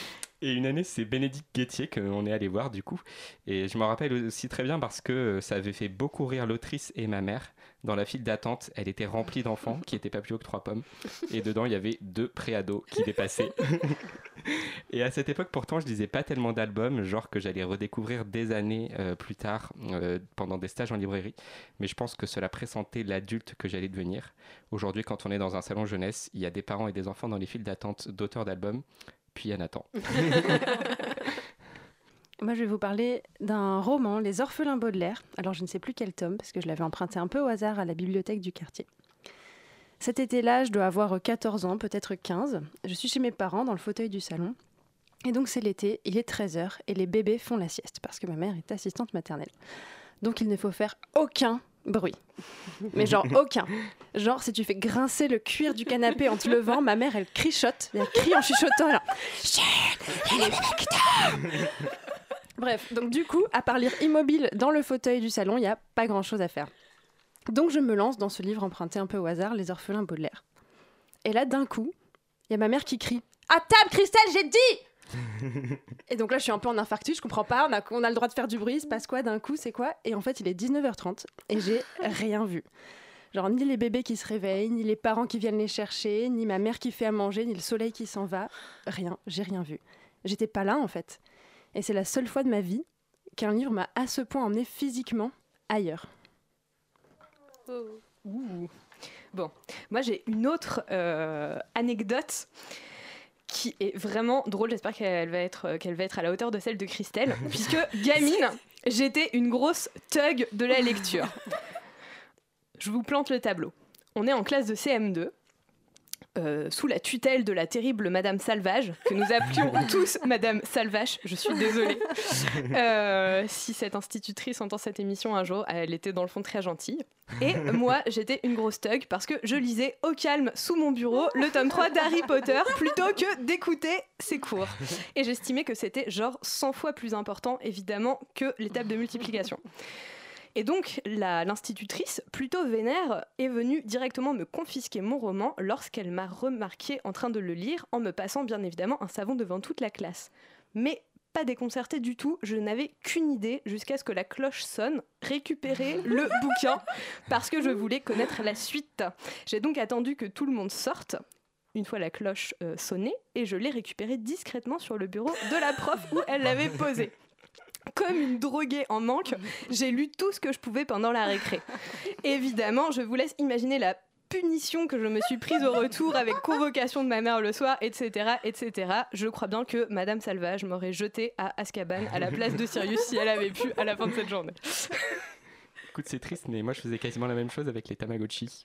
Et une année, c'est Bénédicte Guettier qu'on est allé voir du coup. Et je me rappelle aussi très bien parce que ça avait fait beaucoup rire l'autrice et ma mère. Dans la file d'attente, elle était remplie d'enfants qui n'étaient pas plus haut que trois pommes. Et dedans, il y avait deux préados qui dépassaient. Et à cette époque, pourtant, je lisais pas tellement d'albums, genre que j'allais redécouvrir des années euh, plus tard euh, pendant des stages en librairie. Mais je pense que cela pressentait l'adulte que j'allais devenir. Aujourd'hui, quand on est dans un salon jeunesse, il y a des parents et des enfants dans les files d'attente d'auteurs d'albums. Puis il y a Nathan. Moi, je vais vous parler d'un roman, Les Orphelins Baudelaire. Alors, je ne sais plus quel tome, parce que je l'avais emprunté un peu au hasard à la bibliothèque du quartier. Cet été-là, je dois avoir quatorze ans, peut-être quinze. Je suis chez mes parents, dans le fauteuil du salon. Et donc, c'est l'été, il est treize heures, et les bébés font la sieste, parce que ma mère est assistante maternelle. Donc, il ne faut faire aucun bruit. Mais genre aucun. Genre, si tu fais grincer le cuir du canapé en te levant, ma mère, elle crichote, elle crie en chuchotant, alors... Bref, donc du coup, à part lire immobile dans le fauteuil du salon, il n'y a pas grand-chose à faire. Donc je me lance dans ce livre emprunté un peu au hasard, Les Orphelins Baudelaire. Et là, d'un coup, il y a ma mère qui crie « À table, Christelle, j'ai dit !» Et donc là, je suis un peu en infarctus, je comprends pas, on a, on a le droit de faire du bruit, il se passe quoi d'un coup, c'est quoi? Et en fait, il est dix-neuf heures trente et j'ai rien vu. Genre ni les bébés qui se réveillent, ni les parents qui viennent les chercher, ni ma mère qui fait à manger, ni le soleil qui s'en va. Rien, j'ai rien vu. J'étais pas là, en fait. Et c'est la seule fois de ma vie qu'un livre m'a à ce point emmené physiquement ailleurs. Oh. Ouh. Bon, moi j'ai une autre euh, anecdote qui est vraiment drôle. J'espère qu'elle va être, qu'elle va être à la hauteur de celle de Christelle, puisque gamine, j'étais une grosse thug de la lecture. Je vous plante le tableau. On est en classe de C M deux. Euh, sous la tutelle de la terrible Madame Salvage, que nous appelions tous Madame Salvache, je suis désolée. Euh, si cette institutrice entend cette émission un jour, elle était dans le fond très gentille. Et moi, j'étais une grosse thug parce que je lisais au calme sous mon bureau le tome trois d'Harry Potter plutôt que d'écouter ses cours. Et j'estimais que c'était genre cent fois plus important, évidemment, que les tables de multiplication. Et donc, la, l'institutrice, plutôt vénère, est venue directement me confisquer mon roman lorsqu'elle m'a remarqué en train de le lire, en me passant bien évidemment un savon devant toute la classe. Mais pas déconcertée du tout, je n'avais qu'une idée jusqu'à ce que la cloche sonne, récupérer le bouquin, parce que je voulais connaître la suite. J'ai donc attendu que tout le monde sorte, une fois la cloche euh, sonnée, et je l'ai récupéré discrètement sur le bureau de la prof où elle l'avait posé. Comme une droguée en manque, j'ai lu tout ce que je pouvais pendant la récré. Évidemment, je vous laisse imaginer la punition que je me suis prise au retour avec convocation de ma mère le soir, et cetera, et cetera. Je crois bien que Madame Salvage m'aurait jetée à Azkaban à la place de Sirius si elle avait pu à la fin de cette journée. Écoute, c'est triste, mais moi je faisais quasiment la même chose avec les Tamagotchi.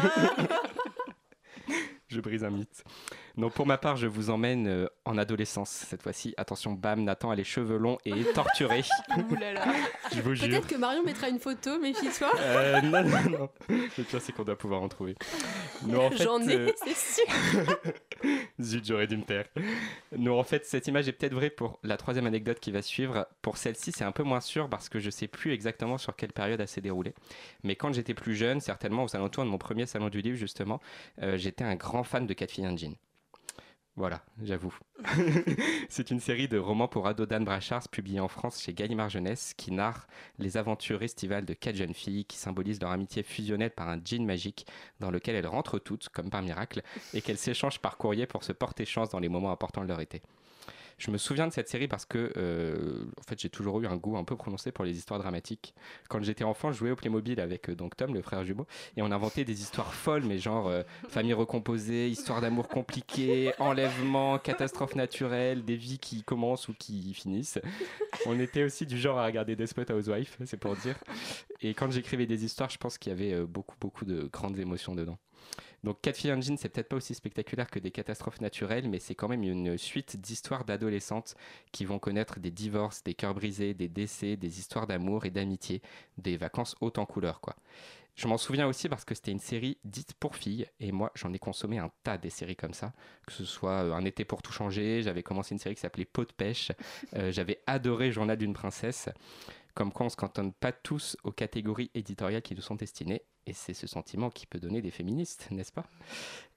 Je brise un mythe. Donc pour ma part, je vous emmène euh, en adolescence cette fois-ci. Attention, bam, Nathan a les cheveux longs et est torturé. Ouh là là. Je vous jure. Peut-être que Marion mettra une photo, méfie-toi. Euh, non, non, non. Le pire, c'est qu'on doit pouvoir en trouver. Non, en fait, J'en ai, euh, c'est sûr. Zut, j'aurais dû me taire. Non, en fait, cette image est peut-être vraie pour la troisième anecdote qui va suivre. Pour celle-ci, c'est un peu moins sûr parce que je sais plus exactement sur quelle période elle s'est déroulée. Mais quand j'étais plus jeune, certainement aux alentours de mon premier salon du livre, justement, euh, j'étais un grand fan de Quatre filles et un djinn. Voilà, j'avoue. C'est une série de romans pour ados d'Anne Brachards publiée en France chez Gallimard Jeunesse qui narre les aventures estivales de quatre jeunes filles qui symbolisent leur amitié fusionnelle par un djinn magique dans lequel elles rentrent toutes, comme par miracle, et qu'elles s'échangent par courrier pour se porter chance dans les moments importants de leur été. Je me souviens de cette série parce que euh, en fait, j'ai toujours eu un goût un peu prononcé pour les histoires dramatiques. Quand j'étais enfant, je jouais au Playmobil avec euh, donc Tom, le frère jumeau, et on inventait des histoires folles, mais genre euh, famille recomposée, histoire d'amour compliquée, enlèvement, catastrophe naturelle, des vies qui commencent ou qui finissent. On était aussi du genre à regarder Desperate Housewives, c'est pour dire. Et quand j'écrivais des histoires, je pense qu'il y avait euh, beaucoup, beaucoup de grandes émotions dedans. Donc Quatre filles et un djinn, c'est peut-être pas aussi spectaculaire que des catastrophes naturelles, mais c'est quand même une suite d'histoires d'adolescentes qui vont connaître des divorces, des cœurs brisés, des décès, des histoires d'amour et d'amitié, des vacances hautes en couleurs, quoi. Je m'en souviens aussi parce que c'était une série dite pour filles, et moi j'en ai consommé un tas des séries comme ça, que ce soit Un été pour tout changer, j'avais commencé une série qui s'appelait Peau de pêche, euh, j'avais adoré Journal d'une princesse. Comme quoi on ne se cantonne pas tous aux catégories éditoriales qui nous sont destinées, et c'est ce sentiment qui peut donner des féministes, n'est-ce pas ?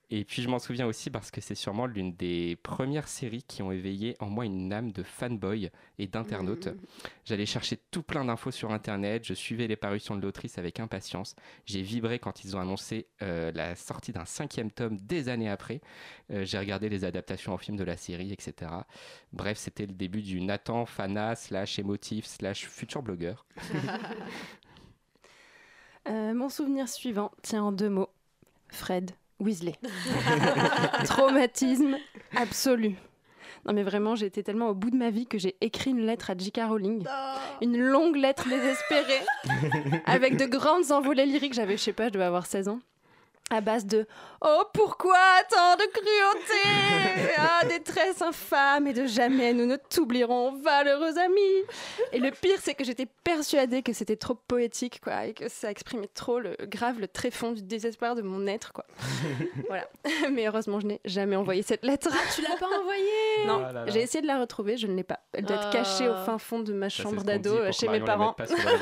Et puis je m'en souviens aussi parce que c'est sûrement l'une des premières séries qui ont éveillé en moi une âme de fanboy et d'internaute. Mmh. J'allais chercher tout plein d'infos sur Internet, je suivais les parutions de l'autrice avec impatience. J'ai vibré quand ils ont annoncé euh, la sortie d'un cinquième tome des années après. Euh, j'ai regardé les adaptations en film de la série, et cetera. Bref, c'était le début du Nathan, Fana, slash émotif, slash futur blogueur. euh, mon souvenir suivant tient en deux mots. Fred Weasley. Traumatisme absolu. Non mais vraiment, j'ai été tellement au bout de ma vie que j'ai écrit une lettre à J K Rowling. Oh. Une longue lettre désespérée, avec de grandes envolées lyriques. J'avais, je sais pas, je devais avoir seize ans. À base de « Oh, pourquoi tant de cruauté ?» Ah, détresse infâme et de jamais nous ne t'oublierons, valeureux amis. Et le pire, c'est que j'étais persuadée que c'était trop poétique, quoi, et que ça exprimait trop le grave, le tréfonds du désespoir de mon être, quoi. Voilà. Mais heureusement, je n'ai jamais envoyé cette lettre. Ah, tu l'as pas envoyée? Non, ah là là. J'ai essayé de la retrouver, je ne l'ai pas. Elle doit être cachée au fin fond de ma ça, chambre d'ado, chez mes parents.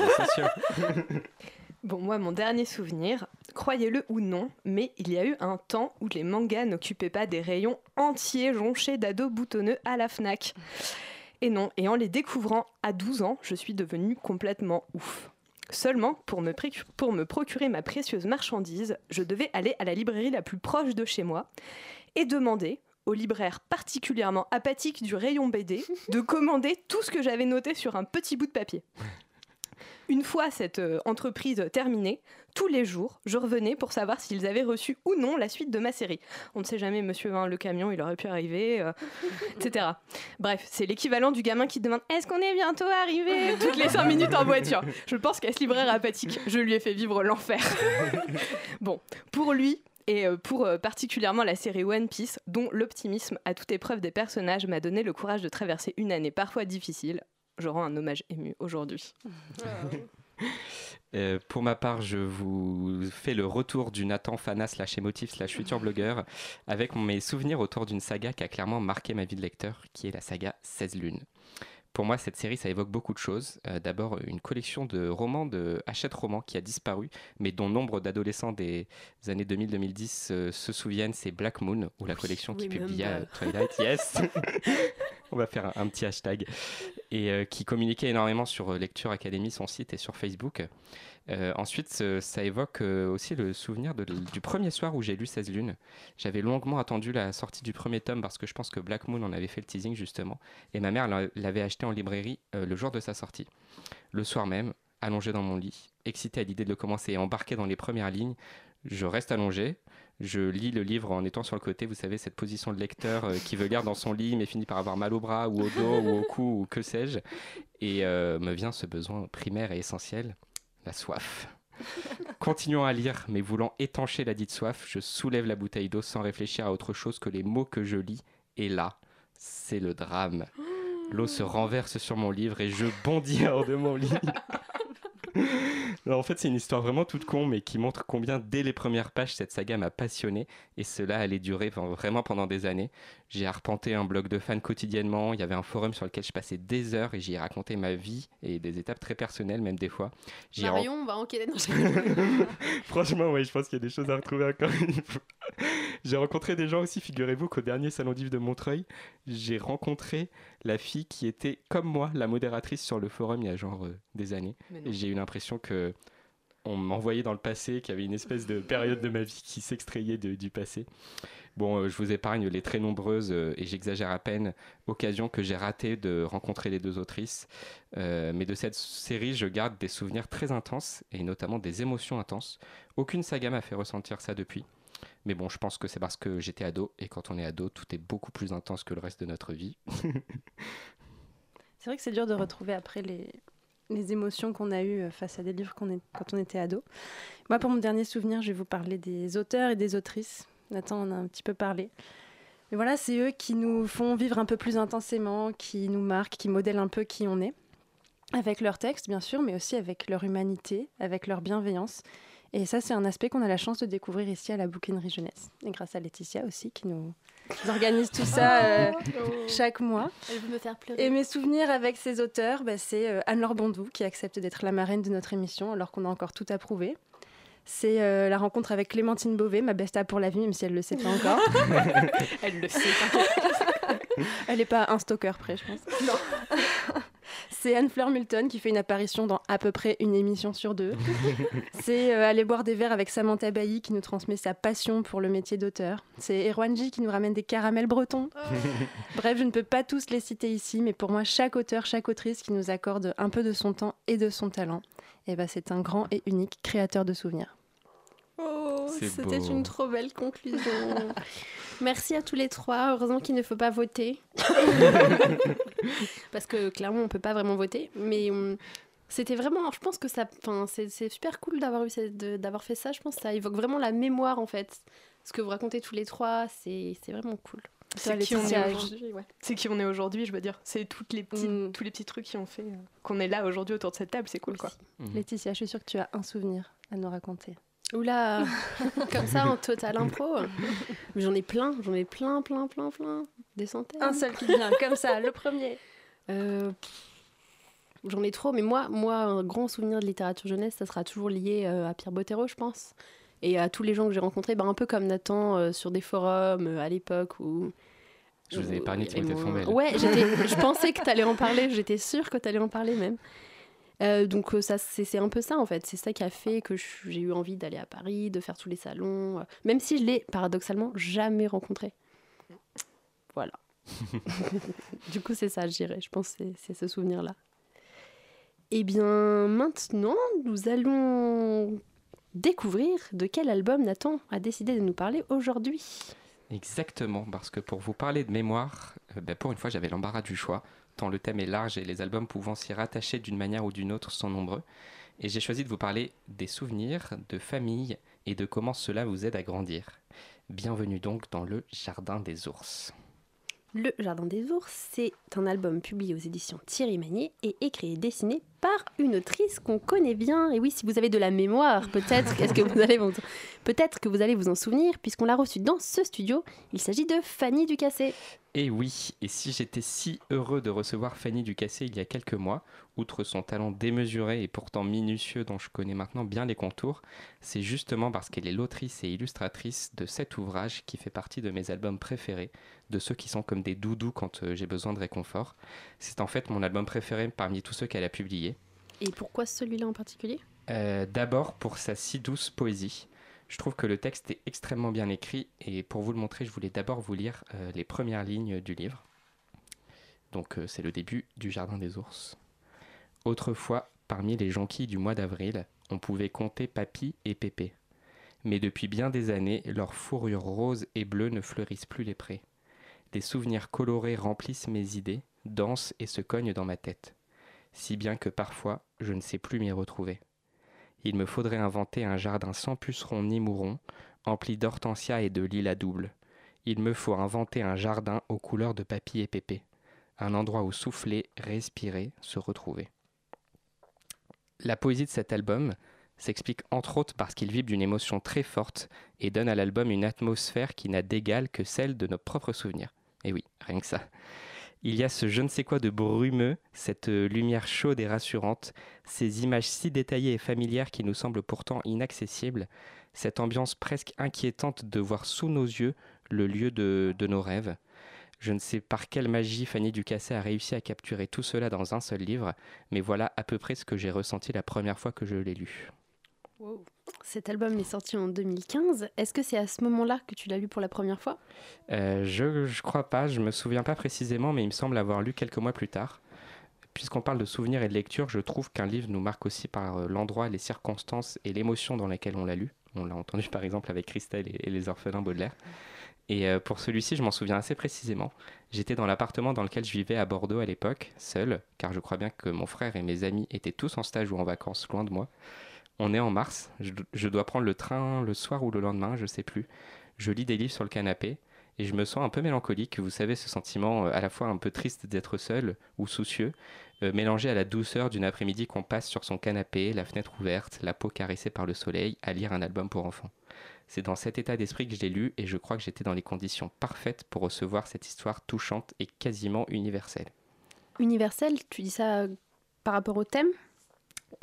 Bon, moi, mon dernier souvenir, croyez-le ou non, mais il y a eu un temps où les mangas n'occupaient pas des rayons entiers jonchés d'ados boutonneux à la Fnac. Et non, et en les découvrant à douze ans, je suis devenue complètement ouf. Seulement, pour me, pré- pour me procurer ma précieuse marchandise, je devais aller à la librairie la plus proche de chez moi et demander au libraire particulièrement apathique du rayon B D de commander tout ce que j'avais noté sur un petit bout de papier. Une fois cette euh, entreprise terminée, tous les jours, je revenais pour savoir s'ils avaient reçu ou non la suite de ma série. On ne sait jamais, monsieur, hein, le camion, il aurait pu arriver, euh, et cetera. Bref, c'est l'équivalent du gamin qui te demande « Est-ce qu'on est bientôt arrivé ?» toutes les cinq minutes en voiture. Je pense qu'à ce libraire apathique, je lui ai fait vivre l'enfer. Bon, pour lui, et pour euh, particulièrement la série One Piece, dont l'optimisme à toute épreuve des personnages m'a donné le courage de traverser une année parfois difficile, je rends un hommage ému aujourd'hui. Euh, pour ma part, je vous fais le retour du Nathan Fana slash émotif slash futur blogueur avec mes souvenirs autour d'une saga qui a clairement marqué ma vie de lecteur, qui est la saga seize lunes. Pour moi, cette série, ça évoque beaucoup de choses. Euh, d'abord, une collection de romans de Hachette Romans qui a disparu, mais dont nombre d'adolescents des années deux mille à deux mille dix euh, se souviennent, c'est Black Moon, ou la collection qui publia euh, Twilight. Yes. On va faire un, un petit hashtag. Et euh, qui communiquait énormément sur euh, Lecture Academy, son site, et sur Facebook. Euh, ensuite, euh, ça évoque euh, aussi le souvenir de, du premier soir où j'ai lu seize lunes. J'avais longuement attendu la sortie du premier tome parce que je pense que Black Moon en avait fait le teasing justement. Et ma mère l'avait acheté en librairie euh, le jour de sa sortie. Le soir même, allongé dans mon lit, excité à l'idée de le commencer et embarqué dans les premières lignes, je reste allongé. Je lis le livre en étant sur le côté, vous savez, cette position de lecteur euh, qui veut lire dans son lit mais finit par avoir mal au bras ou au dos ou au cou ou que sais-je. Et euh, me vient ce besoin primaire et essentiel, la soif. Continuant à lire, mais voulant étancher la dite soif, je soulève la bouteille d'eau sans réfléchir à autre chose que les mots que je lis. Et là, c'est le drame. L'eau se renverse sur mon livre et je bondis hors de mon lit. Alors, en fait, c'est une histoire vraiment toute con, mais qui montre combien, dès les premières pages, cette saga m'a passionné. Et cela allait durer vraiment pendant des années. J'ai arpenté un blog de fans quotidiennement. Il y avait un forum sur lequel je passais des heures et j'y ai raconté ma vie et des étapes très personnelles, même des fois. J'y Marion, ren... on va enquêter dans Franchement, oui, je pense qu'il y a des choses à retrouver encore une fois. J'ai rencontré des gens aussi, figurez-vous qu'au dernier Salon du Livre de Montreuil, j'ai rencontré la fille qui était, comme moi, la modératrice sur le forum il y a genre euh, des années. Et j'ai eu l'impression que on m'envoyait dans le passé, qu'il y avait une espèce de période de ma vie qui s'extrayait de, du passé. Bon, euh, je vous épargne les très nombreuses, euh, et j'exagère à peine, occasions que j'ai ratées de rencontrer les deux autrices. Euh, mais de cette série, je garde des souvenirs très intenses, et notamment des émotions intenses. Aucune saga m'a fait ressentir ça depuis. Mais bon, je pense que c'est parce que j'étais ado, et quand on est ado, tout est beaucoup plus intense que le reste de notre vie. C'est vrai que c'est dur de retrouver après les, les émotions qu'on a eues face à des livres qu'on est, quand on était ado. Moi, pour mon dernier souvenir, je vais vous parler des auteurs et des autrices. Nathan en a un petit peu parlé. Mais voilà, c'est eux qui nous font vivre un peu plus intensément, qui nous marquent, qui modèlent un peu qui on est. Avec leurs textes, bien sûr, mais aussi avec leur humanité, avec leur bienveillance. Et ça, c'est un aspect qu'on a la chance de découvrir ici à la Bouquinerie Jeunesse. Et grâce à Laetitia aussi, qui nous qui organise tout ça euh, chaque mois. Elle veut me faire pleurer. Et mes souvenirs avec ces auteurs, bah, c'est euh, Anne-Laure Bondou, qui accepte d'être la marraine de notre émission, alors qu'on a encore tout à prouver. C'est euh, la rencontre avec Clémentine Beauvais, ma besta pour la vie, même si elle ne le sait pas encore. Elle le sait. Elle n'est pas un stalker près, je pense. Non. C'est Anne-Fleur Multon qui fait une apparition dans à peu près une émission sur deux. C'est euh, aller boire des verres avec Samantha Bailly qui nous transmet sa passion pour le métier d'auteur. C'est Erwanji qui nous ramène des caramels bretons. Bref, je ne peux pas tous les citer ici, mais pour moi, chaque auteur, chaque autrice qui nous accorde un peu de son temps et de son talent, eh ben, c'est un grand et unique créateur de souvenirs. Oh, C'est c'était beau. une trop belle conclusion. Merci à tous les trois. Heureusement qu'il ne faut pas voter. Parce que clairement, on ne peut pas vraiment voter. Mais hum, c'était vraiment... Je pense que ça... Enfin, c'est, c'est super cool d'avoir, eu cette- de- d'avoir fait ça. Je pense que ça évoque vraiment la mémoire, en fait. Ce que vous racontez tous les trois, c'est, c'est vraiment cool. C'est Toi, qui on Laetitia, est aujourd'hui, ouais. C'est qui on est aujourd'hui, je veux dire. C'est toutes les petits, Mm. tous les petits trucs qui ont fait euh, qu'on est là aujourd'hui autour de cette table, c'est cool quoi. Mhm. Laetitia, je suis sûre que tu as un souvenir à nous raconter. Oula, comme ça, en total impro. Mais j'en ai plein, j'en ai plein, plein, plein, plein. Des centaines. Un seul qui vient, comme ça, le premier. Euh, pff, j'en ai trop, mais moi, moi, un grand souvenir de littérature jeunesse, ça sera toujours lié euh, à Pierre Bottero, je pense. Et à tous les gens que j'ai rencontrés, bah, un peu comme Nathan euh, sur des forums euh, à l'époque où... Je vous ai où épargné il y avait Timothée moins- Fombelle. Ouais, j'étais, je pensais que tu allais en parler, j'étais sûre que tu allais en parler même. Euh, donc euh, ça, c'est, c'est un peu ça en fait, c'est ça qui a fait que je- j'ai eu envie d'aller à Paris, de faire tous les salons, euh, même si je l'ai paradoxalement jamais rencontré. Voilà. Du coup c'est ça, je dirais, je pense que c'est, c'est ce souvenir-là. Eh bien maintenant, nous allons découvrir de quel album Nathan a décidé de nous parler aujourd'hui. Exactement, parce que pour vous parler de mémoire, euh, ben, pour une fois j'avais l'embarras du choix, tant le thème est large et les albums pouvant s'y rattacher d'une manière ou d'une autre sont nombreux. Et j'ai choisi de vous parler des souvenirs, de famille et de comment cela vous aide à grandir. Bienvenue donc dans le Jardin des ours. Le Jardin des ours, c'est un album publié aux éditions Thierry Magnier et écrit et dessiné par une autrice qu'on connaît bien. Et oui, si vous avez de la mémoire, peut-être, qu'est-ce que vous allez vous... peut-être que vous allez vous en souvenir, puisqu'on l'a reçue dans ce studio. Il s'agit de Fanny Ducassé. Et oui, et si j'étais si heureux de recevoir Fanny Ducassé il y a quelques mois, outre son talent démesuré et pourtant minutieux dont je connais maintenant bien les contours, c'est justement parce qu'elle est l'autrice et illustratrice de cet ouvrage qui fait partie de mes albums préférés, de ceux qui sont comme des doudous quand euh, j'ai besoin de réconfort. C'est en fait mon album préféré parmi tous ceux qu'elle a publiés. Et pourquoi celui-là en particulier ? Euh, D'abord pour sa si douce poésie. Je trouve que le texte est extrêmement bien écrit et pour vous le montrer, je voulais d'abord vous lire euh, les premières lignes du livre. Donc euh, c'est le début du Jardin des ours. Autrefois, parmi les jonquilles du mois d'avril, on pouvait compter Papy et Pépé. Mais depuis bien des années, leurs fourrures roses et bleues ne fleurissent plus les prés. Des souvenirs colorés remplissent mes idées, dansent et se cognent dans ma tête. Si bien que parfois, je ne sais plus m'y retrouver. Il me faudrait inventer un jardin sans pucerons ni mourons, empli d'hortensias et de lilas doubles. Il me faut inventer un jardin aux couleurs de Papy et Pépé. Un endroit où souffler, respirer, se retrouver. La poésie de cet album s'explique entre autres parce qu'il vibre d'une émotion très forte et donne à l'album une atmosphère qui n'a d'égal que celle de nos propres souvenirs. Et oui, rien que ça. Il y a ce je ne sais quoi de brumeux, cette lumière chaude et rassurante, ces images si détaillées et familières qui nous semblent pourtant inaccessibles, cette ambiance presque inquiétante de voir sous nos yeux le lieu de, de nos rêves. Je ne sais par quelle magie Fanny Ducassé a réussi à capturer tout cela dans un seul livre, mais voilà à peu près ce que j'ai ressenti la première fois que je l'ai lu. Wow. Cet album est sorti en deux mille quinze. Est-ce que c'est à ce moment-là que tu l'as lu pour la première fois ? Euh, je, je crois pas, je me souviens pas précisément, mais il me semble l'avoir lu quelques mois plus tard. Puisqu'on parle de souvenirs et de lecture, je trouve qu'un livre nous marque aussi par l'endroit, les circonstances et l'émotion dans laquelle on l'a lu. On l'a entendu par exemple avec Christelle et, et les orphelins Baudelaire. Et euh, pour celui-ci, je m'en souviens assez précisément. J'étais dans l'appartement dans lequel je vivais à Bordeaux à l'époque, seul, car je crois bien que mon frère et mes amis étaient tous en stage ou en vacances loin de moi. On est en mars, je, je dois prendre le train le soir ou le lendemain, je sais plus. Je lis des livres sur le canapé et je me sens un peu mélancolique. Vous savez, ce sentiment euh, à la fois un peu triste d'être seul ou soucieux, euh, mélangé à la douceur d'une après-midi qu'on passe sur son canapé, la fenêtre ouverte, la peau caressée par le soleil, à lire un album pour enfants. C'est dans cet état d'esprit que je l'ai lu et je crois que j'étais dans les conditions parfaites pour recevoir cette histoire touchante et quasiment universelle. Universel, tu dis ça par rapport au thème ? Oui,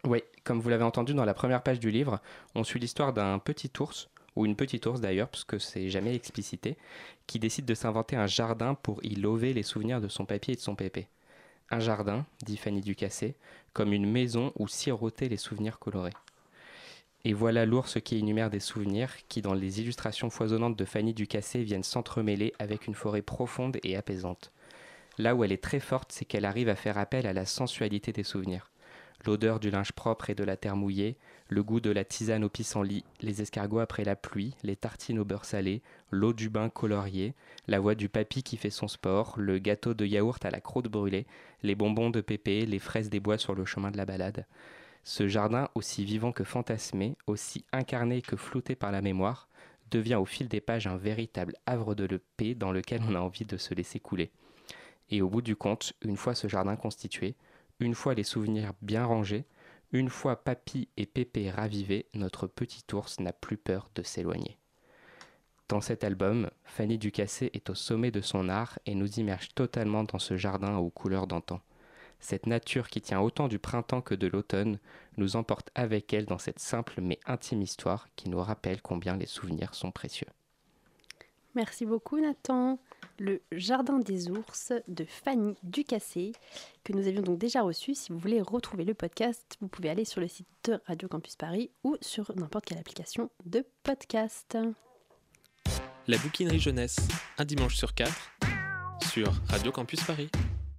Comme vous l'avez entendu dans la première page du livre, on suit l'histoire d'un petit ours, ou une petite ours d'ailleurs, puisque c'est jamais explicité, qui décide de s'inventer un jardin pour y lover les souvenirs de son papy et de son pépé. Un jardin, dit Fanny Ducassé, comme une maison où siroter les souvenirs colorés. Et voilà l'ours qui énumère des souvenirs qui, dans les illustrations foisonnantes de Fanny Ducassé, viennent s'entremêler avec une forêt profonde et apaisante. Là où elle est très forte, c'est qu'elle arrive à faire appel à la sensualité des souvenirs. L'odeur du linge propre et de la terre mouillée, le goût de la tisane au pissenlit, les escargots après la pluie, les tartines au beurre salé, l'eau du bain coloriée, la voix du papy qui fait son sport, le gâteau de yaourt à la croûte brûlée, les bonbons de pépé, les fraises des bois sur le chemin de la balade. Ce jardin, aussi vivant que fantasmé, aussi incarné que flouté par la mémoire, devient au fil des pages un véritable havre de paix dans lequel on a envie de se laisser couler. Et au bout du compte, une fois ce jardin constitué, une fois les souvenirs bien rangés, une fois papy et pépé ravivés, notre petit ours n'a plus peur de s'éloigner. Dans cet album, Fanny Ducassé est au sommet de son art et nous immerge totalement dans ce jardin aux couleurs d'antan. Cette nature qui tient autant du printemps que de l'automne nous emporte avec elle dans cette simple mais intime histoire qui nous rappelle combien les souvenirs sont précieux. Merci beaucoup Nathan. Le Jardin des ours de Fanny Ducassé, que nous avions donc déjà reçu. Si vous voulez retrouver le podcast, vous pouvez aller sur le site de Radio Campus Paris ou sur n'importe quelle application de podcast. La bouquinerie jeunesse, un dimanche sur quatre, sur Radio Campus Paris.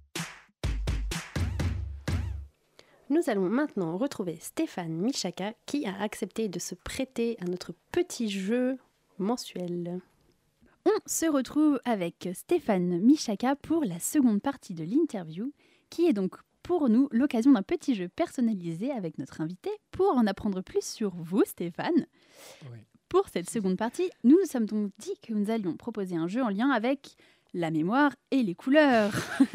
Nous allons maintenant retrouver Stéphane Michaka qui a accepté de se prêter à notre petit jeu mensuel. On se retrouve avec Stéphane Michaka pour la seconde partie de l'interview, qui est donc pour nous l'occasion d'un petit jeu personnalisé avec notre invité pour en apprendre plus sur vous, Stéphane. Oui. Pour cette seconde partie, nous nous sommes donc dit que nous allions proposer un jeu en lien avec la mémoire et les couleurs.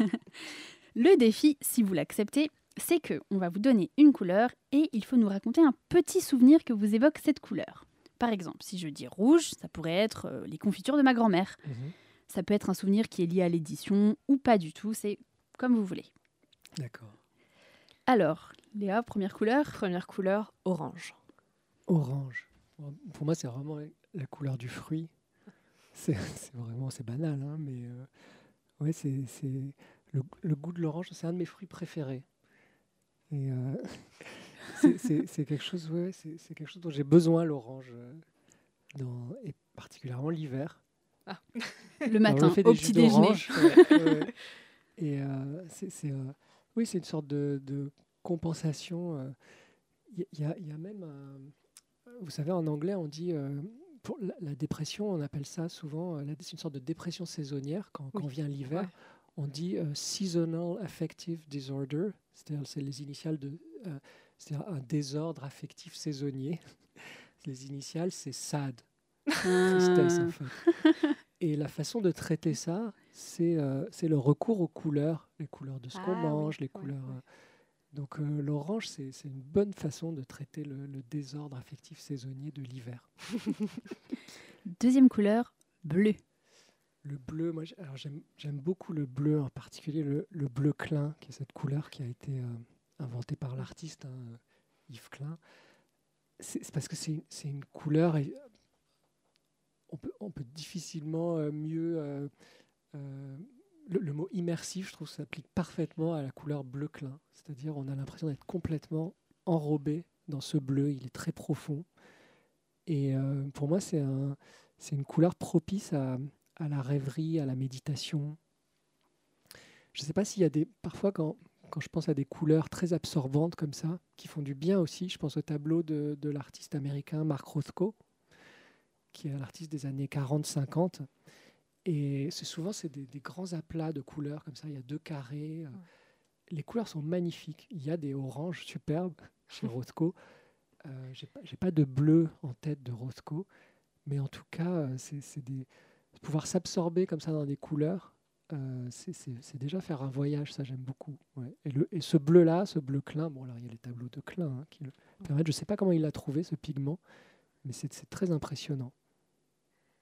Le défi, si vous l'acceptez, c'est qu'on va vous donner une couleur et il faut nous raconter un petit souvenir que vous évoque cette couleur. Par exemple, si je dis rouge, ça pourrait être euh, les confitures de ma grand-mère. Mmh. Ça peut être un souvenir qui est lié à l'édition ou pas du tout, c'est comme vous voulez. D'accord. Alors, Léa, première couleur. Première couleur, orange. Orange. Pour moi, c'est vraiment la couleur du fruit. C'est, c'est vraiment, c'est banal, hein, mais euh, ouais, c'est, c'est le, le goût de l'orange, c'est un de mes fruits préférés. Et euh, c'est, c'est, c'est quelque chose, ouais, c'est, c'est quelque chose dont j'ai besoin, l'orange, euh, dans, et particulièrement l'hiver. Ah. Le matin, au petit déjeuner. Ouais, ouais. Et euh, c'est, c'est, euh, oui, c'est une sorte de, de compensation. Il y, y, y a même, un, vous savez, en anglais, on dit euh, pour la, la dépression, on appelle ça souvent, euh, c'est une sorte de dépression saisonnière quand, oui. quand vient l'hiver. Ouais. On dit euh, seasonal affective disorder, c'est-à-dire c'est les initiales de, euh, c'est-à-dire un désordre affectif saisonnier. Les initiales, c'est S A D, tristesse en fait. Et la façon de traiter ça, c'est, euh, c'est le recours aux couleurs, les couleurs de ce ah, qu'on mange, oui, les couleurs. Oui, oui. Euh, donc euh, l'orange, c'est, c'est une bonne façon de traiter le, le désordre affectif saisonnier de l'hiver. Deuxième couleur, bleu. Le bleu, moi, alors j'aime, j'aime beaucoup le bleu, en particulier le, le bleu Klein, qui est cette couleur qui a été euh, inventée par l'artiste hein, Yves Klein. C'est, c'est parce que c'est, c'est une couleur. Et, on, peut, on peut difficilement euh, mieux. Euh, euh, le, le mot immersif, je trouve, s'applique parfaitement à la couleur bleu Klein. C'est-à-dire, on a l'impression d'être complètement enrobé dans ce bleu. Il est très profond. Et euh, pour moi, c'est, un, c'est une couleur propice à. à la rêverie, à la méditation. Je ne sais pas s'il y a des... Parfois, quand, quand je pense à des couleurs très absorbantes comme ça, qui font du bien aussi, je pense au tableau de, de l'artiste américain Mark Rothko, qui est un artiste des années quarante cinquante. Et c'est souvent, c'est des, des grands aplats de couleurs comme ça. Il y a deux carrés. Ouais. Les couleurs sont magnifiques. Il y a des oranges superbes chez Rothko. Euh, j'ai pas, j'ai pas de bleu en tête de Rothko, mais en tout cas, c'est, c'est des... pouvoir s'absorber comme ça dans des couleurs, euh, c'est, c'est, c'est déjà faire un voyage, ça j'aime beaucoup. Ouais. Et, le, et ce bleu-là, ce bleu Klein, bon alors il y a les tableaux de Klein hein, qui le permettent, je ne sais pas comment il l'a trouvé ce pigment, mais c'est, c'est très impressionnant.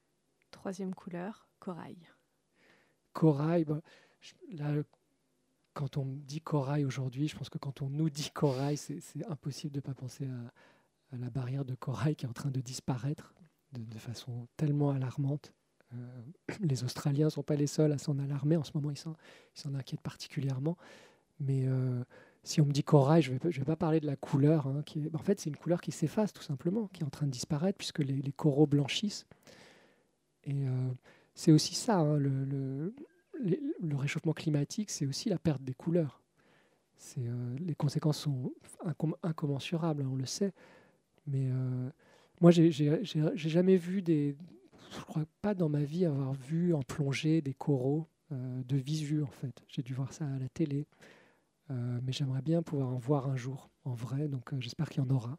Troisième couleur, corail. Corail, bah, je, là, quand on dit corail aujourd'hui, je pense que quand on nous dit corail, c'est, c'est impossible de ne pas penser à, à la barrière de corail qui est en train de disparaître de, de façon tellement alarmante. Euh, les Australiens ne sont pas les seuls à s'en alarmer. En ce moment, ils s'en, ils s'en inquiètent particulièrement. Mais euh, si on me dit corail, je ne vais, vais pas parler de la couleur. Hein, qui est, en fait, c'est une couleur qui s'efface tout simplement, qui est en train de disparaître puisque les, les coraux blanchissent. Et euh, c'est aussi ça, hein, le, le, les, le réchauffement climatique, c'est aussi la perte des couleurs. C'est, euh, les conséquences sont incom- incommensurables, hein, on le sait. Mais euh, moi, j'ai, j'ai, j'ai, j'ai jamais vu des... Je ne crois pas dans ma vie avoir vu en plongée des coraux euh, de visu, en fait. J'ai dû voir ça à la télé. Euh, mais j'aimerais bien pouvoir en voir un jour, en vrai. Donc euh, j'espère qu'il y en aura.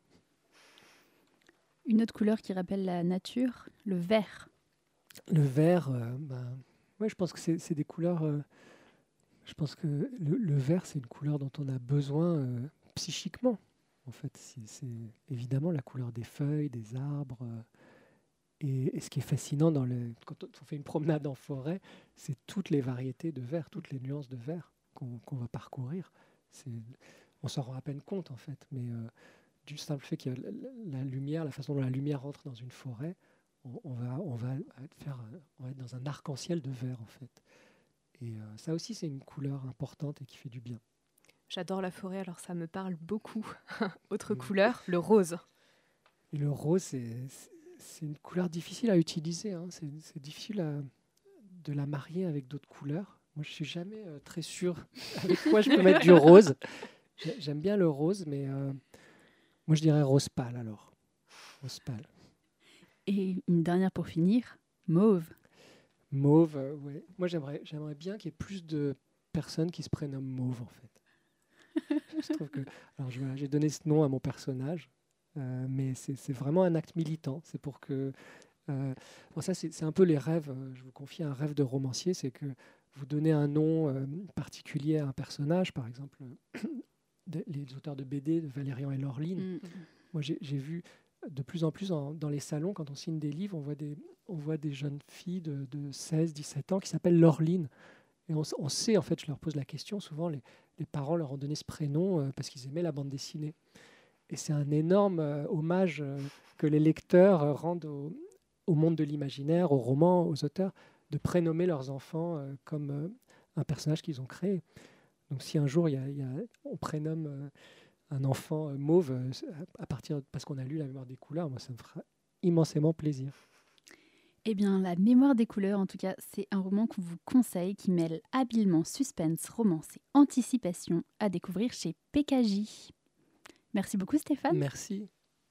Une autre couleur qui rappelle la nature, le vert. Le vert, euh, ben, ouais, je pense que c'est, c'est des couleurs... Euh, je pense que le, le vert, c'est une couleur dont on a besoin euh, psychiquement. En fait, c'est, c'est évidemment la couleur des feuilles, des arbres... Euh, Et, et ce qui est fascinant dans le, quand on fait une promenade en forêt, c'est toutes les variétés de vert, toutes les nuances de vert qu'on, qu'on va parcourir. C'est, on s'en rend à peine compte en fait, mais euh, du simple fait qu'il y a la, la lumière, la façon dont la lumière rentre dans une forêt, on, on, va, on, va, faire, on va être dans un arc-en-ciel de vert en fait. Et euh, ça aussi, c'est une couleur importante et qui fait du bien. J'adore la forêt, alors ça me parle beaucoup. Autre Mmh. couleur, le rose. Et le rose, c'est, c'est C'est une couleur difficile à utiliser. Hein. C'est, c'est difficile à, de la marier avec d'autres couleurs. Moi, je ne suis jamais euh, très sûr avec quoi je peux mettre du rose. J'aime bien le rose, mais euh, moi, je dirais rose pâle alors. Rose pâle. Et une dernière pour finir, mauve. Mauve, euh, ouais. Moi, j'aimerais, j'aimerais bien qu'il y ait plus de personnes qui se prénomment mauve, en fait. Je trouve que... Alors, je, voilà, j'ai donné ce nom à mon personnage. Euh, mais c'est, c'est vraiment un acte militant. C'est pour que... Euh, bon, ça, c'est, c'est un peu les rêves. Euh, je vous confie un rêve de romancier, c'est que vous donnez un nom euh, particulier à un personnage, par exemple de, les auteurs de B D, de Valérian et Laureline. Mmh. Moi, j'ai, j'ai vu de plus en plus en, dans les salons, quand on signe des livres, on voit des, on voit des jeunes filles de, de seize dix-sept ans qui s'appellent Laureline. Et on, on sait, en fait, je leur pose la question, souvent les, les parents leur ont donné ce prénom euh, parce qu'ils aimaient la bande dessinée. Et c'est un énorme euh, hommage euh, que les lecteurs euh, rendent au, au monde de l'imaginaire, aux romans, aux auteurs, de prénommer leurs enfants euh, comme euh, un personnage qu'ils ont créé. Donc si un jour y a, y a, on prénomme euh, un enfant euh, mauve euh, à partir, parce qu'on a lu La mémoire des couleurs, moi ça me fera immensément plaisir. Eh bien, La mémoire des couleurs, en tout cas, c'est un roman qu'on vous conseille, qui mêle habilement suspense, romance et anticipation, à découvrir chez P K J. Merci beaucoup Stéphane. Merci.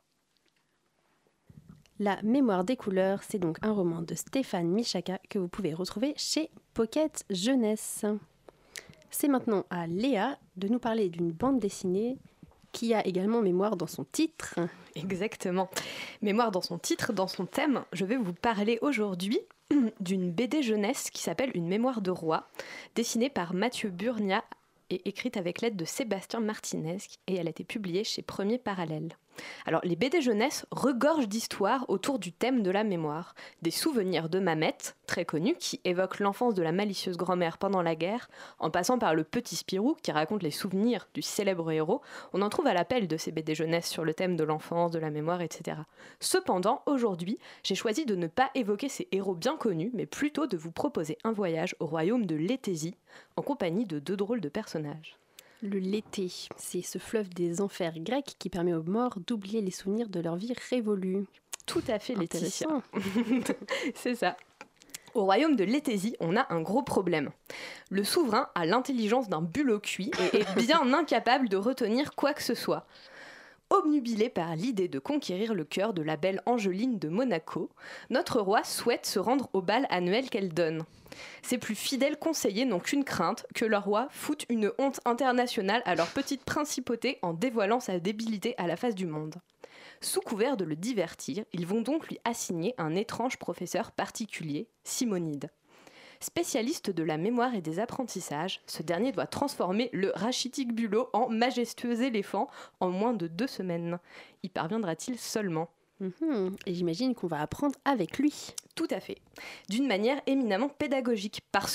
La mémoire des couleurs, c'est donc un roman de Stéphane Michaka que vous pouvez retrouver chez Pocket Jeunesse. C'est maintenant à Léa de nous parler d'une bande dessinée qui a également mémoire dans son titre. Exactement. Mémoire dans son titre, dans son thème. Je vais vous parler aujourd'hui d'une B D jeunesse qui s'appelle Une mémoire de roi, dessinée par Mathieu Burnia et écrite avec l'aide de Sébastien Martinez, et elle a été publiée chez Premier Parallèle. Alors, les B D jeunesse regorgent d'histoires autour du thème de la mémoire. Des souvenirs de Mamette, très connu, qui évoque l'enfance de la malicieuse grand-mère pendant la guerre, en passant par le petit Spirou, qui raconte les souvenirs du célèbre héros. On en trouve à l'appel de ces B D jeunesse sur le thème de l'enfance, de la mémoire, et cetera. Cependant, aujourd'hui, j'ai choisi de ne pas évoquer ces héros bien connus, mais plutôt de vous proposer un voyage au royaume de Létésie, en compagnie de deux drôles de personnages. Le Lété, c'est ce fleuve des enfers grecs qui permet aux morts d'oublier les souvenirs de leur vie révolue. Tout à fait, Laetitia. C'est ça. Au royaume de Létésie, on a un gros problème. Le souverain a l'intelligence d'un bulot cuit et est bien incapable de retenir quoi que ce soit. Obnubilé par l'idée de conquérir le cœur de la belle Angeline de Monaco, notre roi souhaite se rendre au bal annuel qu'elle donne. Ses plus fidèles conseillers n'ont qu'une crainte, que leur roi foute une honte internationale à leur petite principauté en dévoilant sa débilité à la face du monde. Sous couvert de le divertir, ils vont donc lui assigner un étrange professeur particulier, Simonide. Spécialiste de la mémoire et des apprentissages, ce dernier doit transformer le rachitique bulot en majestueux éléphant en moins de deux semaines. Y parviendra-t-il seulement ? Mmh, et j'imagine qu'on va apprendre avec lui. Tout à fait. D'une manière éminemment pédagogique. Parce que,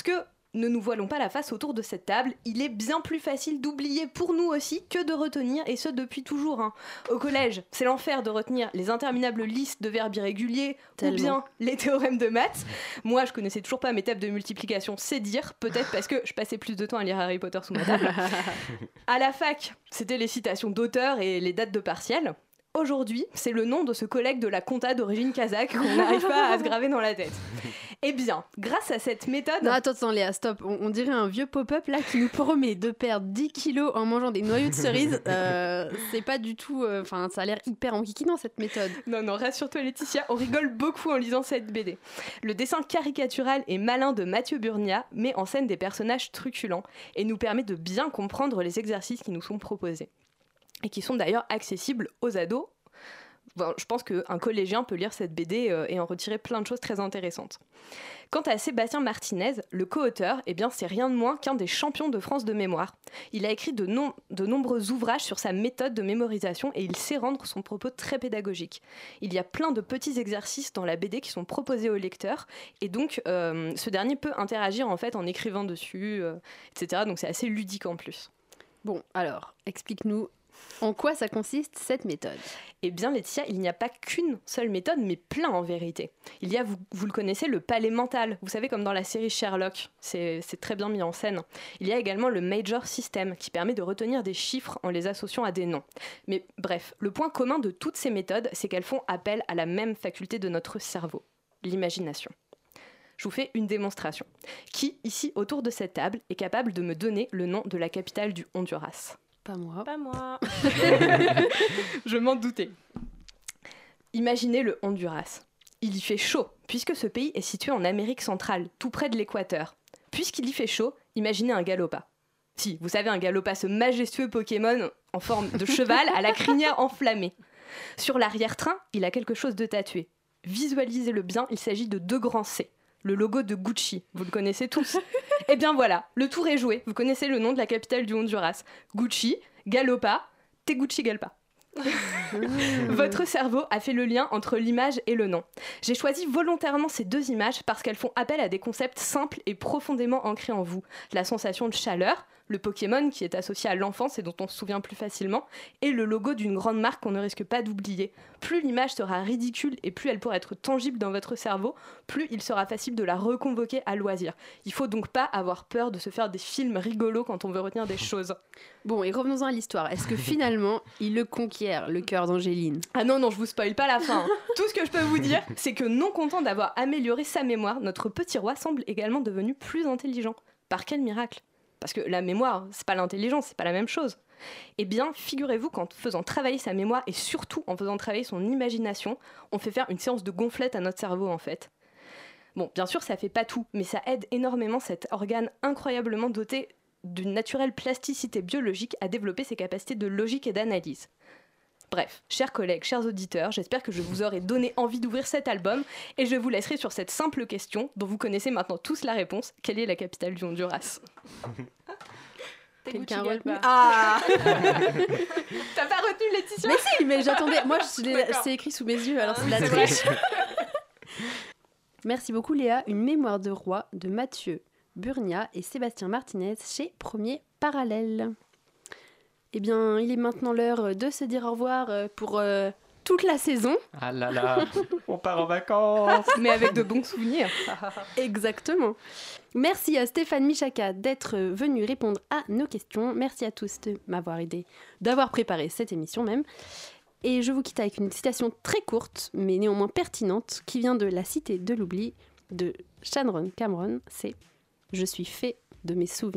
ne nous voilons pas la face autour de cette table, il est bien plus facile d'oublier pour nous aussi que de retenir, et ce depuis toujours. Hein. Au collège, c'est l'enfer de retenir les interminables listes de verbes irréguliers Tellement. Ou bien les théorèmes de maths. Moi, je connaissais toujours pas mes tables de multiplication, c'est dire, peut-être parce que je passais plus de temps à lire Harry Potter sous ma table. À la fac, c'était les citations d'auteurs et les dates de partiel. Aujourd'hui, c'est le nom de ce collègue de la compta d'origine kazakh qu'on n'arrive pas à se graver dans la tête. Eh bien, grâce à cette méthode... Non, attends, attends, Léa, stop. On, on dirait un vieux pop-up là qui nous promet de perdre dix kilos en mangeant des noyaux de cerise. Euh, c'est pas du tout... Enfin, euh, ça a l'air hyper enquiquinant cette méthode. Non, non, rassure-toi Laetitia, on rigole beaucoup en lisant cette B D. Le dessin caricatural et malin de Mathieu Burnia met en scène des personnages truculents et nous permet de bien comprendre les exercices qui nous sont proposés. Et qui sont d'ailleurs accessibles aux ados. Bon, je pense qu'un collégien peut lire cette B D euh, et en retirer plein de choses très intéressantes. Quant à Sébastien Martinez, le co-auteur, eh bien, c'est rien de moins qu'un des champions de France de mémoire. Il a écrit de, non, de nombreux ouvrages sur sa méthode de mémorisation et il sait rendre son propos très pédagogique. Il y a plein de petits exercices dans la B D qui sont proposés au lecteur et donc euh, ce dernier peut interagir en fait en écrivant dessus, euh, et cetera. Donc c'est assez ludique en plus. Bon, alors, explique-nous. En quoi ça consiste, cette méthode ? Eh bien, Laetitia, il n'y a pas qu'une seule méthode, mais plein en vérité. Il y a, vous, vous le connaissez, le palais mental. Vous savez, comme dans la série Sherlock, c'est, c'est très bien mis en scène. Il y a également le Major System, qui permet de retenir des chiffres en les associant à des noms. Mais bref, le point commun de toutes ces méthodes, c'est qu'elles font appel à la même faculté de notre cerveau, l'imagination. Je vous fais une démonstration. Qui, ici, autour de cette table, est capable de me donner le nom de la capitale du Honduras ? Pas moi. Pas moi. Je m'en doutais. Imaginez le Honduras. Il y fait chaud, puisque ce pays est situé en Amérique centrale, tout près de l'équateur. Puisqu'il y fait chaud, imaginez un Galopa. Si, vous savez, un Galopa, ce majestueux Pokémon en forme de cheval à la crinière enflammée. Sur l'arrière-train, il a quelque chose de tatoué. Visualisez-le bien, il s'agit de deux grands C. Le logo de Gucci, vous le connaissez tous. Eh bien voilà, le tour est joué. Vous connaissez le nom de la capitale du Honduras. Gucci, Galopa, Tegucigalpa. Votre cerveau a fait le lien entre l'image et le nom. J'ai choisi volontairement ces deux images parce qu'elles font appel à des concepts simples et profondément ancrés en vous. La sensation de chaleur, le Pokémon qui est associé à l'enfance et dont on se souvient plus facilement, et le logo d'une grande marque qu'on ne risque pas d'oublier. Plus l'image sera ridicule et plus elle pourra être tangible dans votre cerveau, plus il sera facile de la reconvoquer à loisir. Il faut donc pas avoir peur de se faire des films rigolos quand on veut retenir des choses. Bon, et revenons-en à l'histoire. Est-ce que finalement, il le conquiert, le cœur d'Angéline ? Ah non, non, je vous spoil pas la fin. Hein. Tout ce que je peux vous dire, c'est que non content d'avoir amélioré sa mémoire, notre petit roi semble également devenu plus intelligent. Par quel miracle ? Parce que la mémoire, c'est pas l'intelligence, c'est pas la même chose. Eh bien, figurez-vous qu'en faisant travailler sa mémoire et surtout en faisant travailler son imagination, on fait faire une séance de gonflette à notre cerveau en fait. Bon, bien sûr, ça fait pas tout, mais ça aide énormément cet organe incroyablement doté d'une naturelle plasticité biologique à développer ses capacités de logique et d'analyse. Bref, chers collègues, chers auditeurs, j'espère que je vous aurai donné envie d'ouvrir cet album et je vous laisserai sur cette simple question dont vous connaissez maintenant tous la réponse. Quelle est la capitale du Honduras ? Quelqu'un retenu ? Ah T'as pas retenu Laetitia ? Mais si, mais j'attendais. Moi, je l'ai... c'est écrit sous mes yeux, alors c'est de la triche. Merci beaucoup Léa. Une mémoire de roi de Mathieu Burnia et Sébastien Martinez chez Premier Parallèle. Eh bien, il est maintenant l'heure de se dire au revoir pour euh, toute la saison. Ah là là, on part en vacances. Mais avec de bons souvenirs. Exactement. Merci à Stéphane Michaka d'être venu répondre à nos questions. Merci à tous de m'avoir aidé, d'avoir préparé cette émission même. Et je vous quitte avec une citation très courte, mais néanmoins pertinente, qui vient de La Cité de l'Oubli de Shannon Cameron. C'est « Je suis fait de mes souvenirs ».